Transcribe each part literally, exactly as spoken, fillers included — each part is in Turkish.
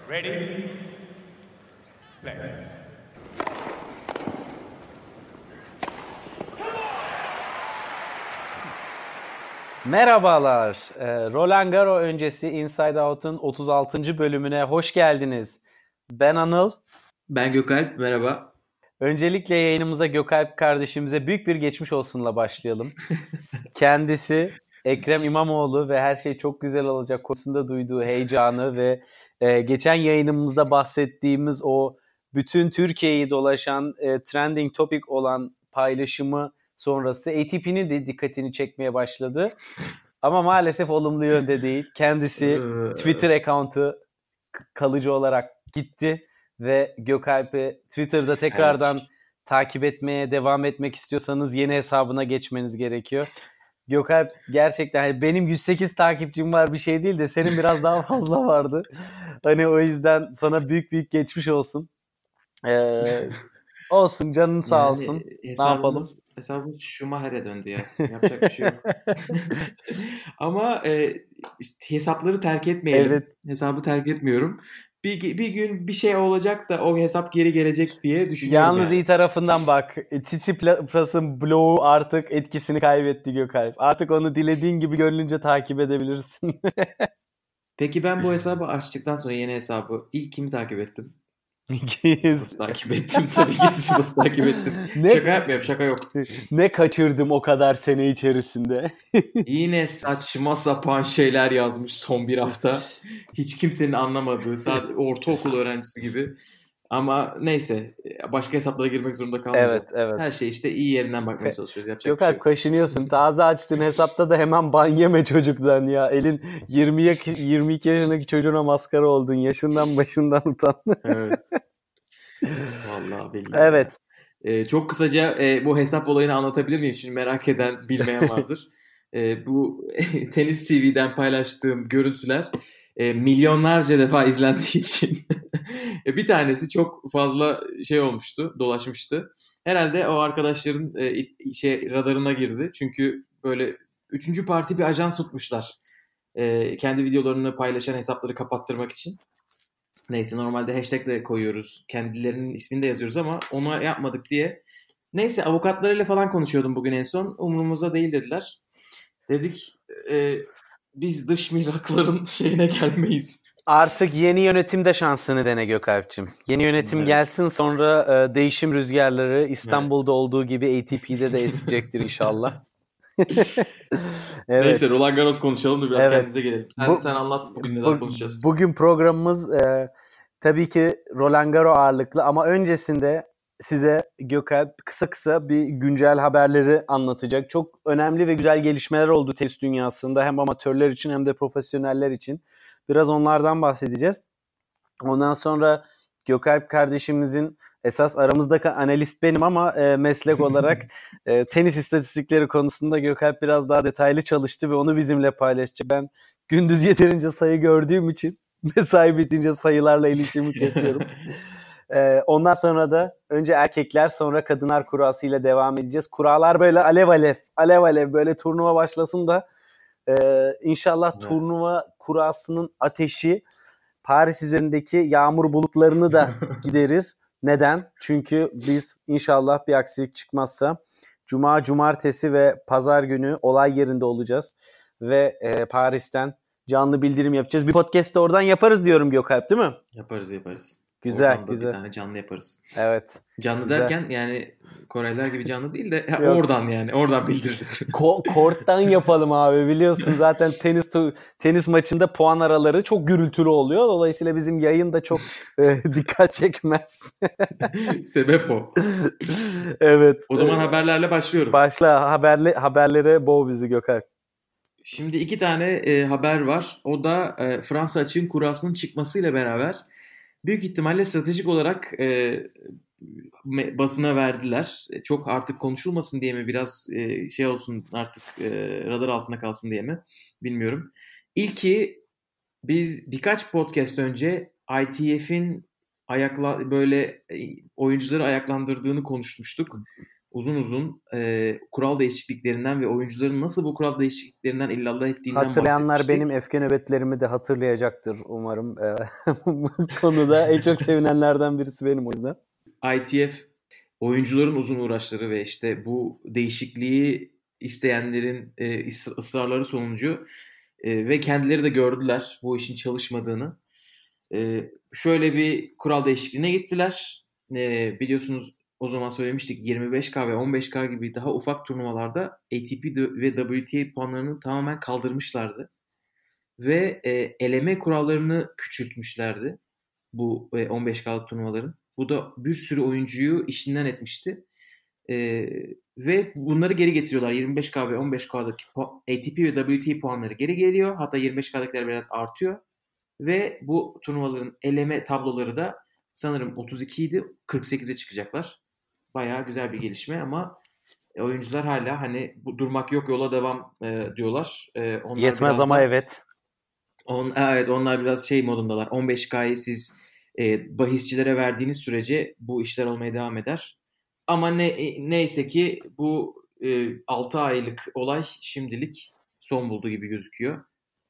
Ready? Play. Merhabalar. Roland Garros öncesi Inside Out'un otuz altıncı bölümüne hoş geldiniz. Ben Anıl. Ben Gökalp. Merhaba. Öncelikle yayınımıza Gökalp kardeşimize büyük bir geçmiş olsunla başlayalım. Kendisi Ekrem İmamoğlu ve her şey çok güzel olacak konusunda duyduğu heyecanı ve e, geçen yayınımızda bahsettiğimiz o bütün Türkiye'yi dolaşan e, trending topic olan paylaşımı sonrası A T P'nin de dikkatini çekmeye başladı. Ama maalesef olumlu yönde değil. Kendisi Twitter account'u kalıcı olarak gitti ve Gökalp'i Twitter'da tekrardan evet. takip etmeye devam etmek istiyorsanız yeni hesabına geçmeniz gerekiyor. Gökalp gerçekten hani benim yüz sekiz takipçim var bir şey değil de senin biraz daha fazla vardı. Hani o yüzden sana büyük büyük geçmiş olsun. Ee, olsun canın sağ yani olsun. Ne yapalım? Hesabımız Schumacher'e döndü ya. Yapacak bir şey yok. Ama e, hesapları terk etmeyelim. Evet. Hesabı terk etmiyorum. Bir, bir gün bir şey olacak da o hesap geri gelecek diye düşünüyorum. Yalnız yani. iyi tarafından bak. Titi Plus'ın bloğu artık etkisini kaybetti Gökalp. Artık onu dilediğin gibi gönlünce takip edebilirsin. Peki ben bu hesabı açtıktan sonra yeni hesabı ilk kimi takip ettim? Sivas'ı takip ettim. Tabii ki Sivas'ı takip ettim. Ne, şaka yapmıyorum. Şaka yok. Ne kaçırdım o kadar sene içerisinde. Yine saçma sapan şeyler yazmış son bir hafta. Hiç kimsenin anlamadığı, sadece ortaokul öğrencisi gibi. Ama neyse, başka hesaplara girmek zorunda kalmayacağım. Evet, evet. Her şey işte iyi yerinden bakmaya çalışıyoruz. Yapacak Yok bir şey abi kaşınıyorsun. Taze açtığın hesapta da hemen ban yeme çocuktan ya. Elin yirmi yirmi iki yaşındaki çocuğuna maskara oldun. Yaşından başından utan. Evet. Vallahi billahi. Evet. Ee, çok kısaca e, bu hesap olayını anlatabilir miyim? Şimdi merak eden, bilmeyen vardır. e, bu Tenis T V'den paylaştığım görüntüler e, milyonlarca defa izlendiği için bir tanesi çok fazla şey olmuştu, dolaşmıştı. Herhalde o arkadaşların e, şey radarına girdi. Çünkü böyle üçüncü parti bir ajans tutmuşlar. E, kendi videolarını paylaşan hesapları kapattırmak için. Neyse normalde hashtag de koyuyoruz. Kendilerinin ismini de yazıyoruz ama onu yapmadık diye. Neyse avukatlarıyla falan konuşuyordum bugün en son. Umurumuzda değil dediler. Dedik e, biz dış mihrakların şeyine gelmeyiz. Artık yeni yönetimde şansını dene Gökalp'cim. Yeni yönetim evet. gelsin sonra e, değişim rüzgarları İstanbul'da evet. olduğu gibi A T P'de de esecektir inşallah. Evet. Neyse Roland Garros konuşalım da biraz evet. kendimize gelelim. Sen, bu, sen anlat bugün neler bu, konuşacağız. Bugün programımız e, tabii ki Roland Garros ağırlıklı ama öncesinde size Gökalp kısa kısa bir güncel haberleri anlatacak. Çok önemli ve güzel gelişmeler oldu tenis dünyasında hem amatörler için hem de profesyoneller için. Biraz onlardan bahsedeceğiz. Ondan sonra Gökalp kardeşimizin esas aramızdaki analist benim ama e, meslek olarak e, tenis istatistikleri konusunda Gökalp biraz daha detaylı çalıştı ve onu bizimle paylaşacak. Ben gündüz yeterince sayı gördüğüm için mesai bitince sayılarla ilişkimi kesiyorum. e, ondan sonra da önce erkekler sonra kadınlar kurasıyla devam edeceğiz. Kuralar böyle alev alev, alev alev böyle turnuva başlasın da e, inşallah evet. turnuva kurasının ateşi Paris üzerindeki yağmur bulutlarını da giderir. Neden? Çünkü biz inşallah bir aksilik çıkmazsa Cuma, Cumartesi ve Pazar günü olay yerinde olacağız. Ve e, Paris'ten canlı bildirim yapacağız. Bir podcast da oradan yaparız diyorum Gökalp değil mi? Yaparız yaparız. Güzel oradan da güzel. Bir tane canlı yaparız. Evet. Canlı güzel. derken yani Koreliler gibi canlı değil de oradan yani oradan bildiririz. Ko- Kort'tan yapalım abi biliyorsun zaten tenis tenis maçında puan araları çok gürültülü oluyor. Dolayısıyla bizim yayın da çok e, dikkat çekmez. Sebep o. Evet. O zaman haberlerle başlıyorum. Başla haberle haberlere boğ bizi Gökalp. Şimdi iki tane e, haber var. O da e, Fransa açığın kurasının çıkmasıyla beraber büyük ihtimalle stratejik olarak e, basına verdiler. Çok artık konuşulmasın diye mi biraz e, şey olsun artık e, radar altında kalsın diye mi bilmiyorum. İlki biz birkaç podcast önce I T F'in ayakla böyle oyuncuları ayaklandırdığını konuşmuştuk. uzun uzun e, kural değişikliklerinden ve oyuncuların nasıl bu kural değişikliklerinden illallah ettiğinden Hatırlayanlar bahsetmiştik. benim öfke nöbetlerimi de hatırlayacaktır umarım. Bu konuda en çok sevinenlerden birisi benim o yüzden. I T F oyuncuların uzun uğraşları ve işte bu değişikliği isteyenlerin e, ısrarları sonucu e, ve kendileri de gördüler bu işin çalışmadığını. E, şöyle bir kural değişikliğine gittiler. E, biliyorsunuz o zaman söylemiştik yirmi beş K ve on beş K gibi daha ufak turnuvalarda A T P ve W T A puanlarını tamamen kaldırmışlardı. Ve e, eleme kurallarını küçültmüşlerdi bu e, on beş K'lık turnuvaların. Bu da bir sürü oyuncuyu işinden etmişti. Ee, ve bunları geri getiriyorlar. yirmi beş K ve on beş K'daki A T P ve W T A puanları geri geliyor. Hatta yirmi beş K'dakiler biraz artıyor. Ve bu turnuvaların eleme tabloları da sanırım otuz iki idi. kırk sekize çıkacaklar. Bayağı güzel bir gelişme ama oyuncular hala hani bu durmak yok yola devam e, diyorlar. E, onlar Yetmez ama da, evet. On, evet onlar biraz şey modundalar. on beş K'yı siz e, bahisçilere verdiğiniz sürece bu işler olmaya devam eder. Ama ne neyse ki bu e, altı aylık olay şimdilik son buldu gibi gözüküyor.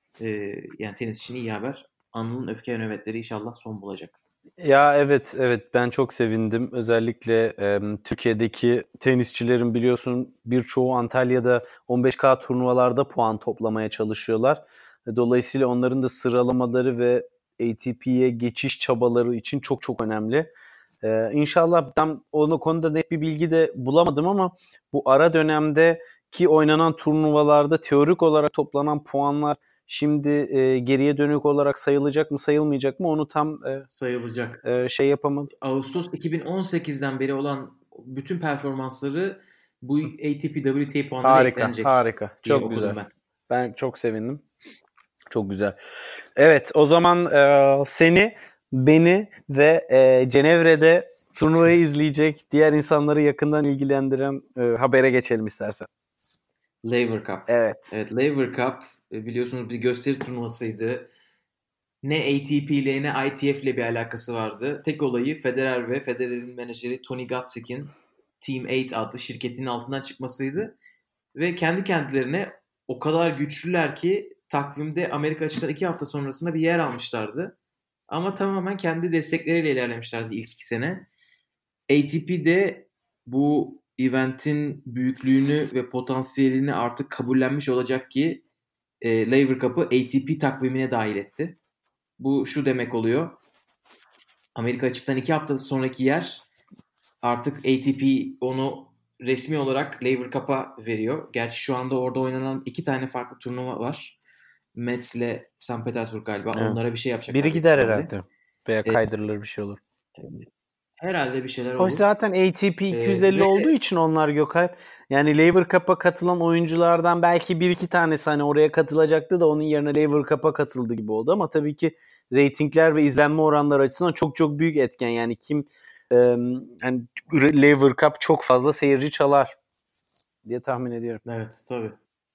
E, yani tenis için iyi haber. Anıl'ın öfke nöbetleri inşallah son bulacak. Ya evet evet ben çok sevindim. Özellikle e, Türkiye'deki tenisçilerin biliyorsun birçoğu Antalya'da on beş K turnuvalarda puan toplamaya çalışıyorlar. Dolayısıyla onların da sıralamaları ve A T P'ye geçiş çabaları için çok çok önemli. Ee, İnşallah ben o konuda net bir bilgi de bulamadım ama bu ara dönemde ki oynanan turnuvalarda teorik olarak toplanan puanlar şimdi e, geriye dönük olarak sayılacak mı sayılmayacak mı onu tam e, sayılacak. E, şey yapamadım. Ağustos iki bin on sekizden beri olan bütün performansları bu A T P W T A puanları harika, eklenecek. Harika, çok güzel. Ben. ben çok sevindim. Çok güzel. Evet, o zaman e, seni, beni ve e, Cenevre'de turnuvayı izleyecek diğer insanları yakından ilgilendiren e, habere geçelim istersen. Laver Cup. Evet. Evet, Laver Cup biliyorsunuz bir gösteri turnuvasıydı. Ne A T P ile ne I T F ile bir alakası vardı. Tek olayı Federer ve Federer'in menajeri Tony Gatsik'in Team sekiz adlı şirketinin altından çıkmasıydı. Ve kendi kendilerine o kadar güçlüler ki takvimde Amerika açıkçası iki hafta sonrasında bir yer almışlardı. Ama tamamen kendi destekleriyle ilerlemişlerdi ilk iki sene. A T P de bu eventin büyüklüğünü ve potansiyelini artık kabullenmiş olacak ki e, Laver Cup'ı A T P takvimine dahil etti. Bu şu demek oluyor. Amerika açıktan iki hafta sonraki yer artık A T P onu resmi olarak Laver Cup'a veriyor. Gerçi şu anda orada oynanan iki tane farklı turnuva var. Metz ile Sankt Petersburg galiba. Evet. Onlara bir şey yapacaklar. Biri gider herhalde. Veya kaydırılır bir şey olur. Herhalde bir şeyler olur. O zaten A T P iki yüz elli ee, ve... olduğu için onlar Gökalp. Yani Laver Cup'a katılan oyunculardan belki bir iki tanesi hani oraya katılacaktı da onun yerine Laver Cup'a katıldı gibi oldu. Ama tabii ki reytingler ve izlenme oranları açısından çok çok büyük etken. Yani kim e, yani Laver Cup çok fazla seyirci çalar diye tahmin ediyorum. Evet tabii.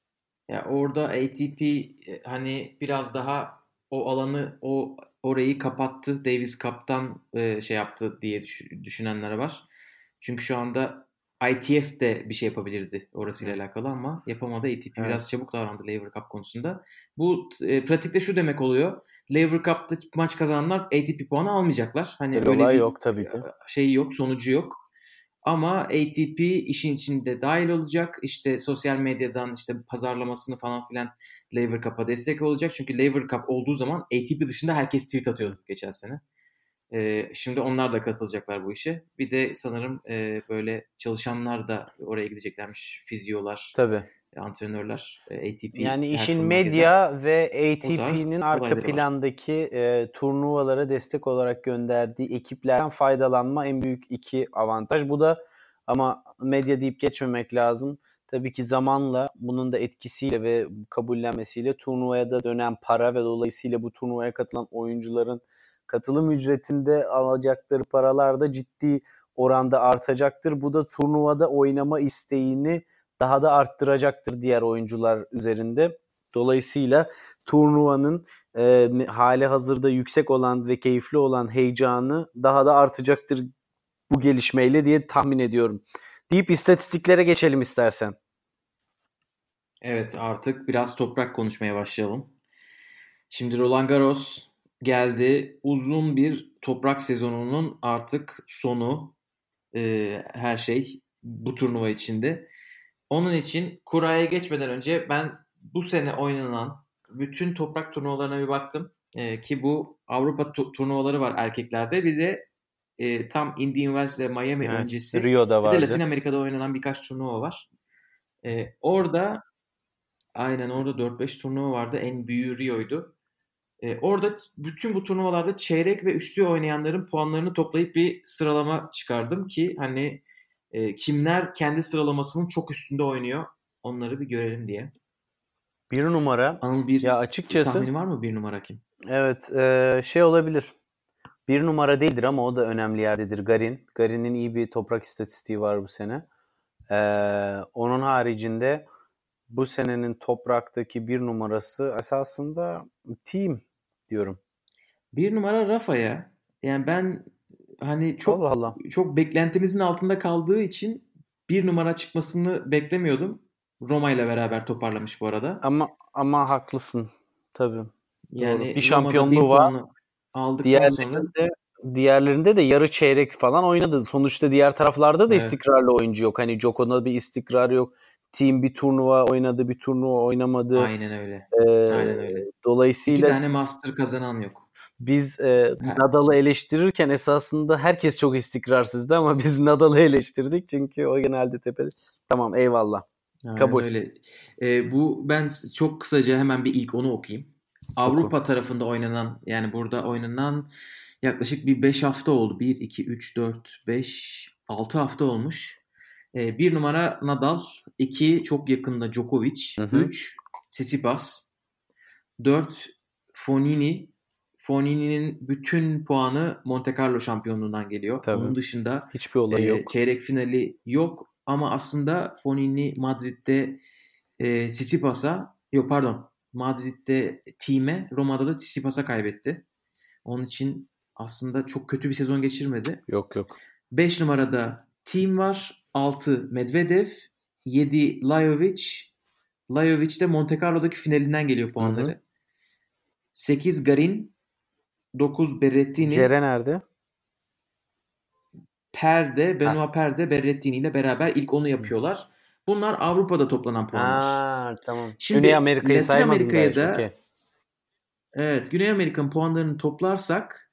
Ya orada A T P hani biraz daha o alanı o orayı kapattı. Davis Cup'tan e, şey yaptı diye düşünenler var. Çünkü şu anda I T F de bir şey yapabilirdi orasıyla alakalı ama yapamadı. A T P evet. Biraz çabuk davrandı Laver Cup konusunda. Bu e, pratikte şu demek oluyor. Laver Cup'ta maç kazananlar A T P puanı almayacaklar. Hani öyle, öyle bir yok tabii ki. Şey yok, sonucu yok. Ama A T P işin içinde dahil olacak. İşte sosyal medyadan işte pazarlamasını falan filan Laver Cup'a destek olacak. Çünkü Laver Cup olduğu zaman A T P dışında herkes tweet atıyordu geçen sene. Ee, şimdi onlar da katılacaklar bu işe. Bir de sanırım e, böyle çalışanlar da oraya gideceklermiş. Fizyolar, tabii. antrenörler, A T P. Yani işin medya gezen, ve A T P'nin arka plandaki e, turnuvalara destek olarak gönderdiği ekiplerden faydalanma en büyük iki avantaj. Bu da ama medya deyip geçmemek lazım. Tabii ki zamanla bunun da etkisiyle ve kabullenmesiyle turnuvaya da dönen para ve dolayısıyla bu turnuvaya katılan oyuncuların katılım ücretinde alacakları paralar da ciddi oranda artacaktır. Bu da turnuvada oynama isteğini daha da arttıracaktır diğer oyuncular üzerinde. Dolayısıyla turnuvanın e, hali hazırda yüksek olan ve keyifli olan heyecanı daha da artacaktır bu gelişmeyle diye tahmin ediyorum. deyip istatistiklere geçelim istersen. Evet, artık biraz toprak konuşmaya başlayalım. Şimdi Roland Garros geldi. Uzun bir toprak sezonunun artık sonu. Ee, her şey bu turnuva içinde. Onun için kuraya geçmeden önce ben bu sene oynanan bütün toprak turnuvalarına bir baktım. Ee, ki bu Avrupa tu- turnuvaları var erkeklerde. Bir de e, tam Indian Wells ve Miami Evet, öncesi Rio'da bir de vardı. Latin Amerika'da oynanan birkaç turnuva var. Ee, orada aynen orada dört beş turnuva vardı. En büyüğü Rio'ydu. Ee, orada bütün bu turnuvalarda çeyrek ve üstü oynayanların puanlarını toplayıp bir sıralama çıkardım ki hani e, kimler kendi sıralamasının çok üstünde oynuyor onları bir görelim diye. Bir numara. Anıl bir Ya açıkçası tahmini var mı bir numara kim? evet e, şey olabilir. Bir numara değildir ama o da önemli yerdedir. Garin. Garin'in iyi bir toprak istatistiği var bu sene. Ee, onun haricinde bu senenin topraktaki bir numarası esasında Team diyorum. Bir numara Rafa'ya. Yani ben hani Allah çok Allah. çok beklentimizin altında kaldığı için bir numara çıkmasını beklemiyordum. Roma ile beraber toparlamış bu arada. Ama ama haklısın. Tabii. Doğru. Bir Yani Roma'da bir şampiyonluğu var. puanı aldıktan sonra Diğerlerinde diğerlerinde de yarı çeyrek falan oynadı. Sonuçta diğer taraflarda da evet, istikrarlı oyuncu yok. Hani Djoko'da bir istikrar yok. Team bir turnuva oynadı, bir turnuva oynamadı. aynen öyle. Ee, Aynen öyle. İki dolayısıyla tane master kazanan yok. biz e, Ha, Nadal'ı eleştirirken esasında herkes çok istikrarsızdı ama biz Nadal'ı eleştirdik çünkü o genelde tepede. Tamam, eyvallah. aynen Kabul. öyle. Ee, bu ben çok kısaca hemen bir ilk onu okuyayım. Avrupa Oku. tarafında oynanan yani burada oynanan yaklaşık bir beş hafta oldu. bir, iki, üç, dört, beş, altı hafta olmuş. Ee, bir numara Nadal, iki çok yakında Djokovic, Hı hı. üç Tsitsipas, dört Fonini. Fonini'nin bütün puanı Monte Carlo şampiyonluğundan geliyor. Tabii. Onun dışında Hiçbir olayı e, yok. çeyrek finali yok ama aslında Fonini Madrid'de e, Tsitsipas'a yok pardon Madrid'de Thiem'e, Roma'da da Tsitsipas'a kaybetti. Onun için aslında çok kötü bir sezon geçirmedi. Yok yok. beş numarada Thiem var. altı Medvedev. yedi Lajovic. Lajovic de Monte Carlo'daki finalinden geliyor puanları. Hı hı. sekiz Garin. dokuz Berrettini. Cere nerede? Perde, Benoit Perde Berrettini ile beraber ilk onu yapıyorlar. Bunlar Avrupa'da toplanan puanlar. Aa, tamam. Şimdi Güney Amerika'yı Latin saymadın da Amerika'ya hiç. da Okey. evet Güney Amerika'nın puanlarını toplarsak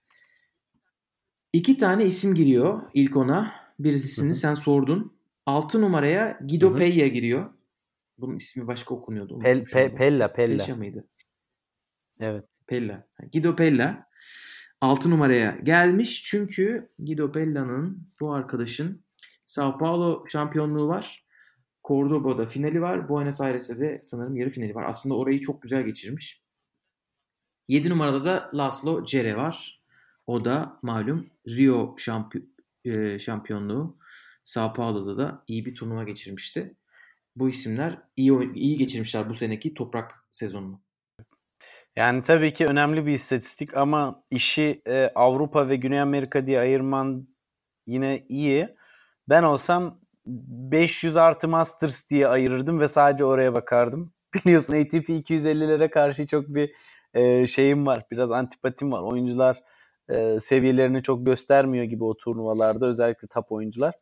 iki tane isim giriyor ilk ona. Birisini Hı hı. sen sordun. altı numaraya Hı Guido hı. Pella giriyor. Bunun ismi başka okunuyordu. Pel, Unuttum şu pe, anda. Pella, Pe- Pella. Peşa mıydı? Evet. Pella. Guido Pella altı numaraya gelmiş. Çünkü Guido Pella'nın bu arkadaşın Sao Paulo şampiyonluğu var. Cordoba'da finali var. Buenos Aires'te de sanırım yarı finali var. Aslında orayı çok güzel geçirmiş. yedi numarada da Laszlo Cere var. O da malum Rio şampi- e, şampiyonluğu Sao Paulo'da da iyi bir turnuva geçirmişti. Bu isimler iyi oy- iyi geçirmişler bu seneki toprak sezonunu. Yani tabii ki önemli bir istatistik ama işi e, Avrupa ve Güney Amerika diye ayırman yine iyi. Ben olsam beş yüz artı Masters diye ayırırdım ve sadece oraya bakardım. Biliyorsun A T P iki yüz ellilere karşı çok bir e, şeyim var. Biraz antipatim var. Oyuncular e, seviyelerini çok göstermiyor gibi o turnuvalarda. Özellikle top oyuncular.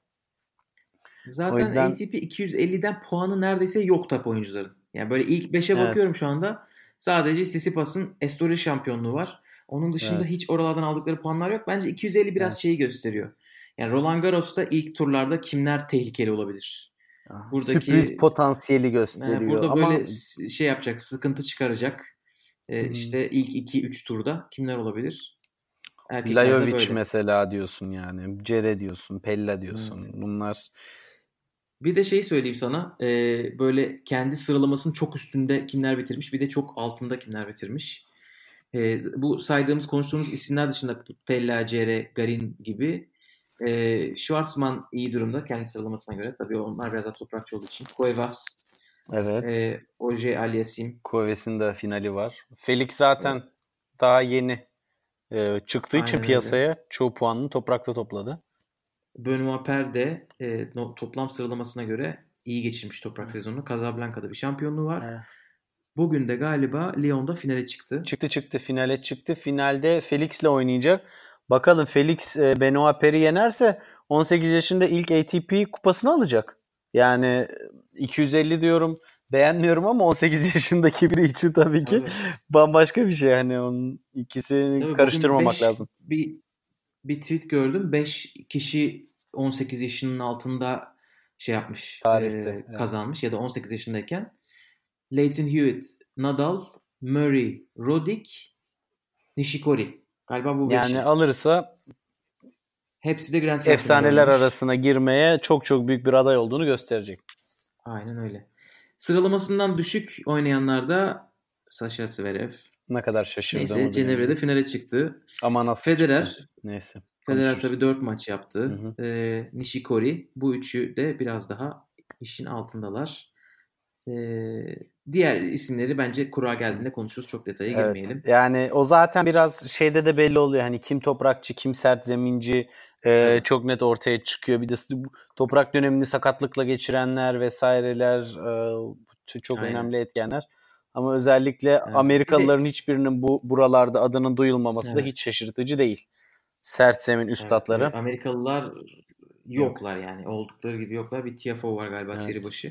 O Zaten yüzden A T P iki yüz elliden puanı neredeyse yok top oyuncuların. Yani böyle ilk beşe evet, bakıyorum şu anda. Sadece Tsitsipas'ın Estoril şampiyonluğu var. Onun dışında evet, hiç oralardan aldıkları puanlar yok. Bence iki yüz elli biraz evet. şeyi gösteriyor. Yani Roland Garros'ta ilk turlarda kimler tehlikeli olabilir? Sürpriz Buradaki potansiyeli yani gösteriyor burada ama böyle s- şey yapacak, sıkıntı çıkaracak. Ee, hmm, işte ilk iki üç turda kimler olabilir? Erkeklerde Lajovic böyle. mesela diyorsun yani. Cere diyorsun, Pella Evet. diyorsun. Bunlar Bir de şey söyleyeyim sana. e, böyle kendi sıralamasının çok üstünde kimler bitirmiş, bir de çok altında kimler bitirmiş. E, bu saydığımız, konuştuğumuz isimler dışında Pella, Cere, Garin gibi. E, Schwartzman iyi durumda kendi sıralamasına göre. Tabii onlar biraz daha toprakçı olduğu için. Cuevas, evet. e, Oje Aliassime. Koves'in de finali var. Felix zaten daha yeni e, çıktığı için Aynen öyle. piyasaya çoğu puanını toprakta topladı. Benoît Paire de e, no, toplam sıralamasına göre iyi geçirmiş toprak sezonunu. Casablanca'da bir şampiyonluğu var. Evet. Bugün de galiba Lyon'da finale çıktı. Çıktı çıktı finale çıktı. Finalde Felix'le oynayacak. Bakalım Felix e, Benoît Paire'i yenerse on sekiz yaşında ilk A T P kupasını alacak. Yani iki yüz elli diyorum, beğenmiyorum ama on sekiz yaşındaki biri için tabii ki Tabii. bambaşka bir şey. Hani onun ikisini Tabii karıştırmamak beş, lazım. Bir, bir tweet gördüm. beş kişi on sekiz yaşının altında şey yapmış, Tarihte, e, evet. kazanmış ya da on sekiz yaşındayken. Lleyton Hewitt, Nadal, Murray, Roddick, Nishikori. Galiba bu beşi. Yani alırsa Hepsi de Grand Slam finali efsaneler oynamış. arasına girmeye çok çok büyük bir aday olduğunu gösterecek. Aynen öyle. Sıralamasından düşük oynayanlar da Sasha Zverev. Ne kadar şaşırdığımı Neyse Cenevre'de bilmiyorum. finale çıktı. Ama nasıl Federer, çıktı? Neyse. Federer konuşuruz. tabii dört maç yaptı. Hı hı. Ee, Nishikori. Bu üçü de biraz daha işin altındalar. Ee, diğer isimleri bence kura geldiğinde konuşuruz. Çok detaya Evet. girmeyelim. Yani o zaten biraz şeyde de belli oluyor. Hani kim toprakçı, kim sert zeminci e, Evet. çok net ortaya çıkıyor. Bir de bu toprak dönemini sakatlıkla geçirenler vesaireler e, çok Aynen. önemli etkenler. Ama özellikle Evet. Amerikalıların Bir de- hiçbirinin bu buralarda adının duyulmaması da Evet. hiç şaşırtıcı değil. Sert zemin üstatları. Evet, Amerikalılar yoklar yani. Oldukları gibi yoklar. Bir Tiafoe var galiba Evet. seri başı.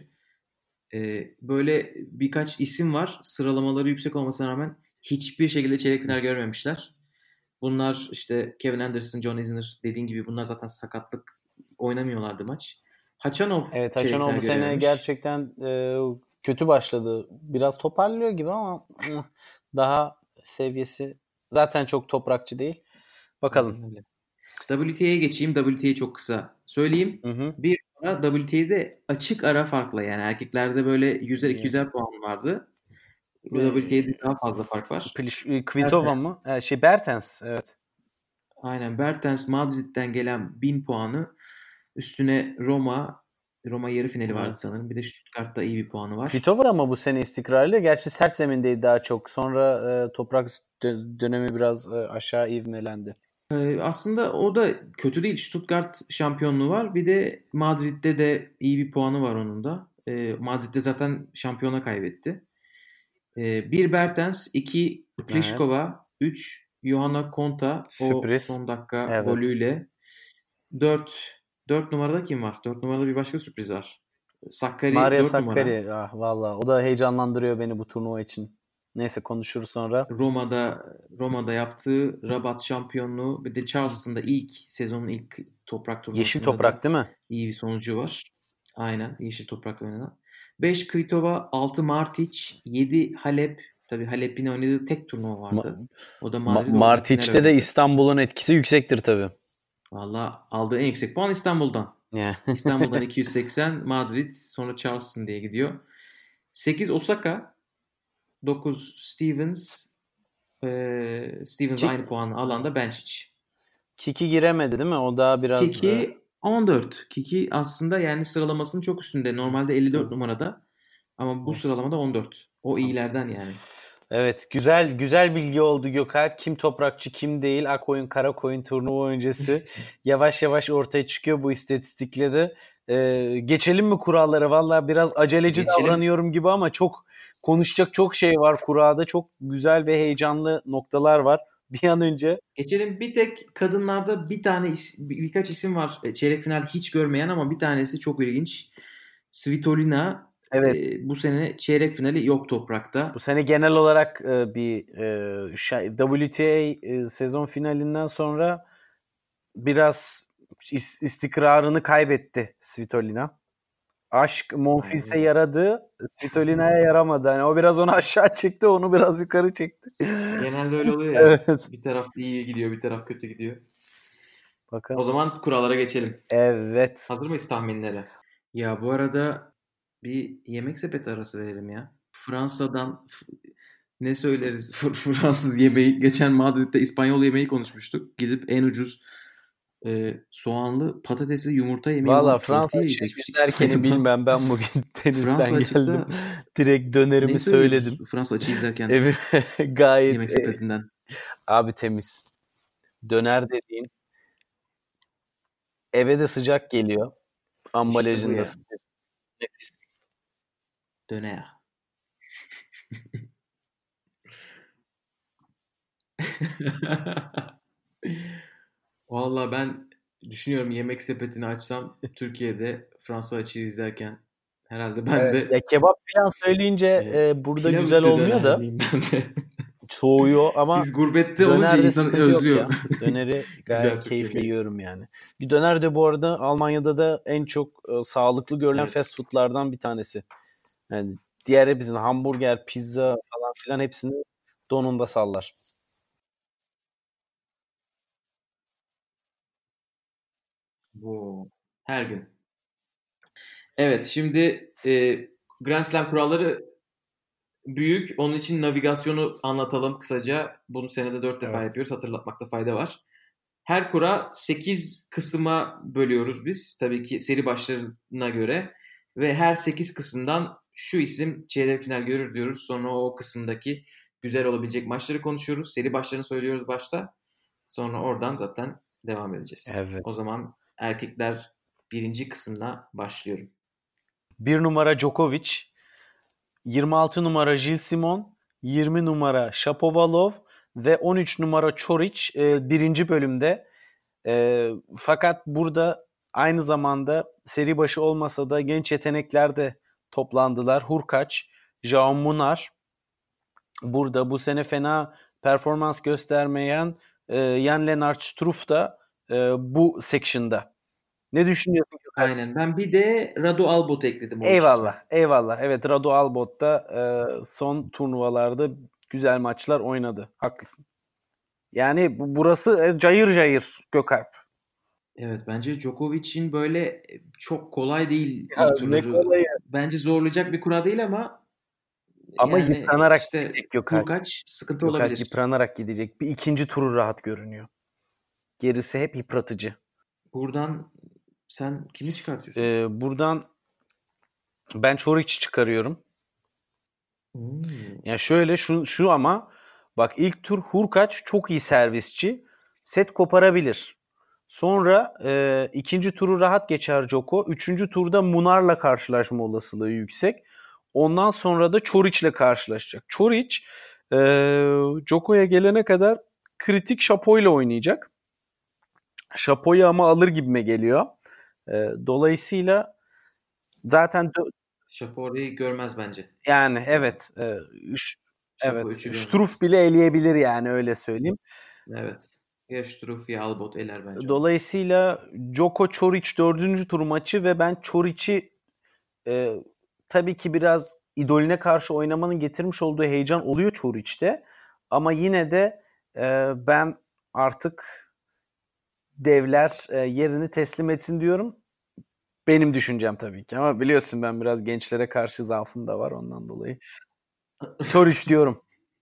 Ee, böyle birkaç isim var. Sıralamaları yüksek olmasına rağmen hiçbir şekilde çeyrek final görmemişler. Bunlar işte Kevin Anderson, John Isner dediğin gibi bunlar zaten sakatlık oynamıyorlardı maç. Hachanov Evet, çeyrek Hachanov final bu sene görememiş. gerçekten e, kötü başladı. Biraz toparlıyor gibi ama daha seviyesi zaten çok toprakçı değil. Bakalım. Aynen öyle. W T A'ya geçeyim. W T A'yı çok kısa söyleyeyim. Hı hı. Bir ara W T A'de açık ara farkla yani erkeklerde böyle yüzer iki yüzer puan vardı. Bu Ee, W T A'de daha fazla fark var. Pliş- Kvitova Bertens. mı? Ee, şey Bertens, evet. Aynen Bertens Madrid'den gelen bin puanı üstüne Roma Roma yarı finali vardı Evet. sanırım. Bir de Stuttgart'ta iyi bir puanı var. Kvitova ama bu sene istikrarlı. Gerçi sert zemindeydi daha çok. Sonra e, toprak dö- dönemi biraz e, aşağı ivmelendi. Ee, aslında o da kötü değil. Stuttgart şampiyonluğu var. Bir de Madrid'de de iyi bir puanı var onun da. Ee, Madrid'de zaten şampiyona kaybetti. Ee, bir Bertens, iki Pliskova, üç Johanna Konta o Sürpriz. son dakika Evet. golüyle. dört dört numarada kim var? dört numarada bir başka sürpriz var. Sakkari Maria dört numara. Sakkari. Ah, valla. O da heyecanlandırıyor beni bu turnuva için. Neyse konuşuruz sonra. Roma'da Roma'da yaptığı Rabat şampiyonluğu bir de Charleston'da ilk sezonun ilk toprak turnuvasında Yeşil toprak da değil mi? iyi bir sonucu var. Aynen yeşil toprakla oynanan. beş Kvitova, altı Martic, yedi Halep. Tabii Halep'in oynadığı tek turnuva vardı. O da Madrid. Ma- Martic'te de İstanbul'un etkisi yüksektir tabii. Valla aldığı en yüksek puan İstanbul'dan. Yeah. İstanbul'dan iki yüz seksen, Madrid, sonra Charleston diye gidiyor. sekiz Osaka, dokuz Stevens, ee, Stevens Ki- aynı puanı alan da Bencic. Kiki giremedi değil mi? O da biraz... Kiki on dört. Kiki aslında yani sıralamasının çok üstünde. Normalde elli dört Hı. numarada. Ama bu Of. sıralamada on dört. O iyilerden yani. Evet, güzel güzel bilgi oldu Gökalp. Kim toprakçı kim değil, Akoyun Karakoyun turnuva öncesi yavaş yavaş ortaya çıkıyor bu istatistikle de. Ee, geçelim mi kurallara? Vallahi biraz aceleci Geçelim. davranıyorum gibi ama çok konuşacak çok şey var kurada. Çok güzel ve heyecanlı noktalar var. Bir an önce Geçelim. Bir tek kadınlarda bir tane is- bir- birkaç isim var. E, Çeyrek final hiç görmeyen ama bir tanesi çok ilginç. Svitolina evet. e, bu sene çeyrek finali yok toprakta. Bu sene genel olarak e, bir e, şey, W T A e, sezon finalinden sonra biraz is- istikrarını kaybetti Svitolina. Aşk Monfils'e Aynen. yaradı, Svitolina'ya yaramadı. Yani o biraz onu aşağı çekti, onu biraz yukarı çekti. Genelde öyle oluyor ya. Evet. Bir taraf iyi gidiyor, bir taraf kötü gidiyor. Bakalım. O zaman kurallara geçelim. Evet. Hazır mıyız tahminlere? Ya bu arada bir yemek sepeti arası verelim ya. Fransa'dan f- ne söyleriz F- Fransız yemeği. Geçen Madrid'de İspanyol yemeği konuşmuştuk. Gidip en ucuz e, soğanlı patatesli yumurta yemeği Valla olan Fransa tortilla'yı açık seçmiştik izlerken İspanya'dan. bilmem ben bugün Fransa denizden açıkta geldim. Direkt dönerimi ne söylüyoruz söyledim. Fransa açığı izlerken Evi gayet yemek e, sepetinden? abi temiz. Döner dediğin Eve de sıcak geliyor. Ambalajında ya. sıcak. Nefis. Döner. Vallahi ben düşünüyorum Yemek Sepeti'ni açsam Türkiye'de Fransa açığı izlerken herhalde ben Evet. de Ya kebap falan söyleyince e, e, burada pilav güzel üstü olmuyor döner da diyeyim ben de. soğuyor ama Biz gurbette olunca dönerde insan sıkıntı yok özlüyor. ya. Döneri Güzel gayet Türk keyifle yemeği. yiyorum yani. Döner de bu arada Almanya'da da en çok e, sağlıklı görülen Evet. fast foodlardan bir tanesi. Yani diğer hepsinin hamburger, pizza falan filan hepsini donunda sallar. Bu her gün. Evet, şimdi e, Grand Slam kuralları büyük. Onun için navigasyonu anlatalım kısaca. Bunu senede dört defa Evet. yapıyoruz. Hatırlatmakta fayda var. Her kura sekiz kısma bölüyoruz biz. Tabii ki seri başlarına göre. Ve her sekiz kısımdan şu isim çeyrek final görür diyoruz. Sonra o kısımdaki güzel olabilecek maçları konuşuyoruz. Seri başlarını söylüyoruz başta. Sonra oradan zaten devam edeceğiz. Evet. O zaman erkekler birinci kısımla başlıyorum. Bir numara Djokovic, yirmi altı numara Gilles Simon, yirmi numara Shapovalov ve on üç numara Çoric e, birinci bölümde. E, fakat burada aynı zamanda seri başı olmasa da genç yetenekler de toplandılar. Hurkaç, Jaume Munar. Burada bu sene fena performans göstermeyen e, Jan-Lennard Struff da e, bu section'da. Ne düşünüyorsun? Aynen. Ben bir de Radu Albot ekledim o üç Eyvallah, isme. eyvallah. Evet, Radu Albot da e, son turnuvalarda güzel maçlar oynadı. Haklısın. Yani bu, burası e, cayır cayır Gökalp. Evet, bence Djokovic'in böyle e, çok kolay değil Ya, ilk ne turları. kolayı. Bence zorlayacak bir kura değil ama Ama yani yıpranarak işte gidecek Gökalp. Hurkaç sıkıntı Gökalp olabilir. yıpranarak gidecek. Bir ikinci turu rahat görünüyor. Gerisi hep yıpratıcı. Buradan sen kimi çıkartıyorsun? Ee, buradan ben Çoric'i çıkarıyorum. Hmm. Yani şöyle şu, şu ama bak ilk tur Hurkaç çok iyi servisçi. Set koparabilir. Sonra e, ikinci turu rahat geçer Djoko. Üçüncü turda Munar'la karşılaşma olasılığı yüksek. Ondan sonra da Çoriç'le karşılaşacak. Çoriç e, Djoko'ya gelene kadar kritik Şapo'yla oynayacak. Şapo'yu ama alır gibime geliyor. E, dolayısıyla zaten dö- Şapore'yi görmez bence. yani evet e, ş- Şapo evet üçü Struff görmez. bile eleyebilir yani öyle söyleyeyim. Evet. Ya Struff ya Albot eler bence onu. Dolayısıyla Djoko Çoriç dördüncü tur maçı ve ben Çoriç'i e, tabii ki biraz idolüne karşı oynamanın getirmiş olduğu heyecan oluyor Çoriç'te. Ama yine de e, ben artık devler e, yerini teslim etsin diyorum. Benim düşüncem tabii ki ama biliyorsun ben biraz gençlere karşı zaafım da var ondan dolayı. Çoriç diyorum.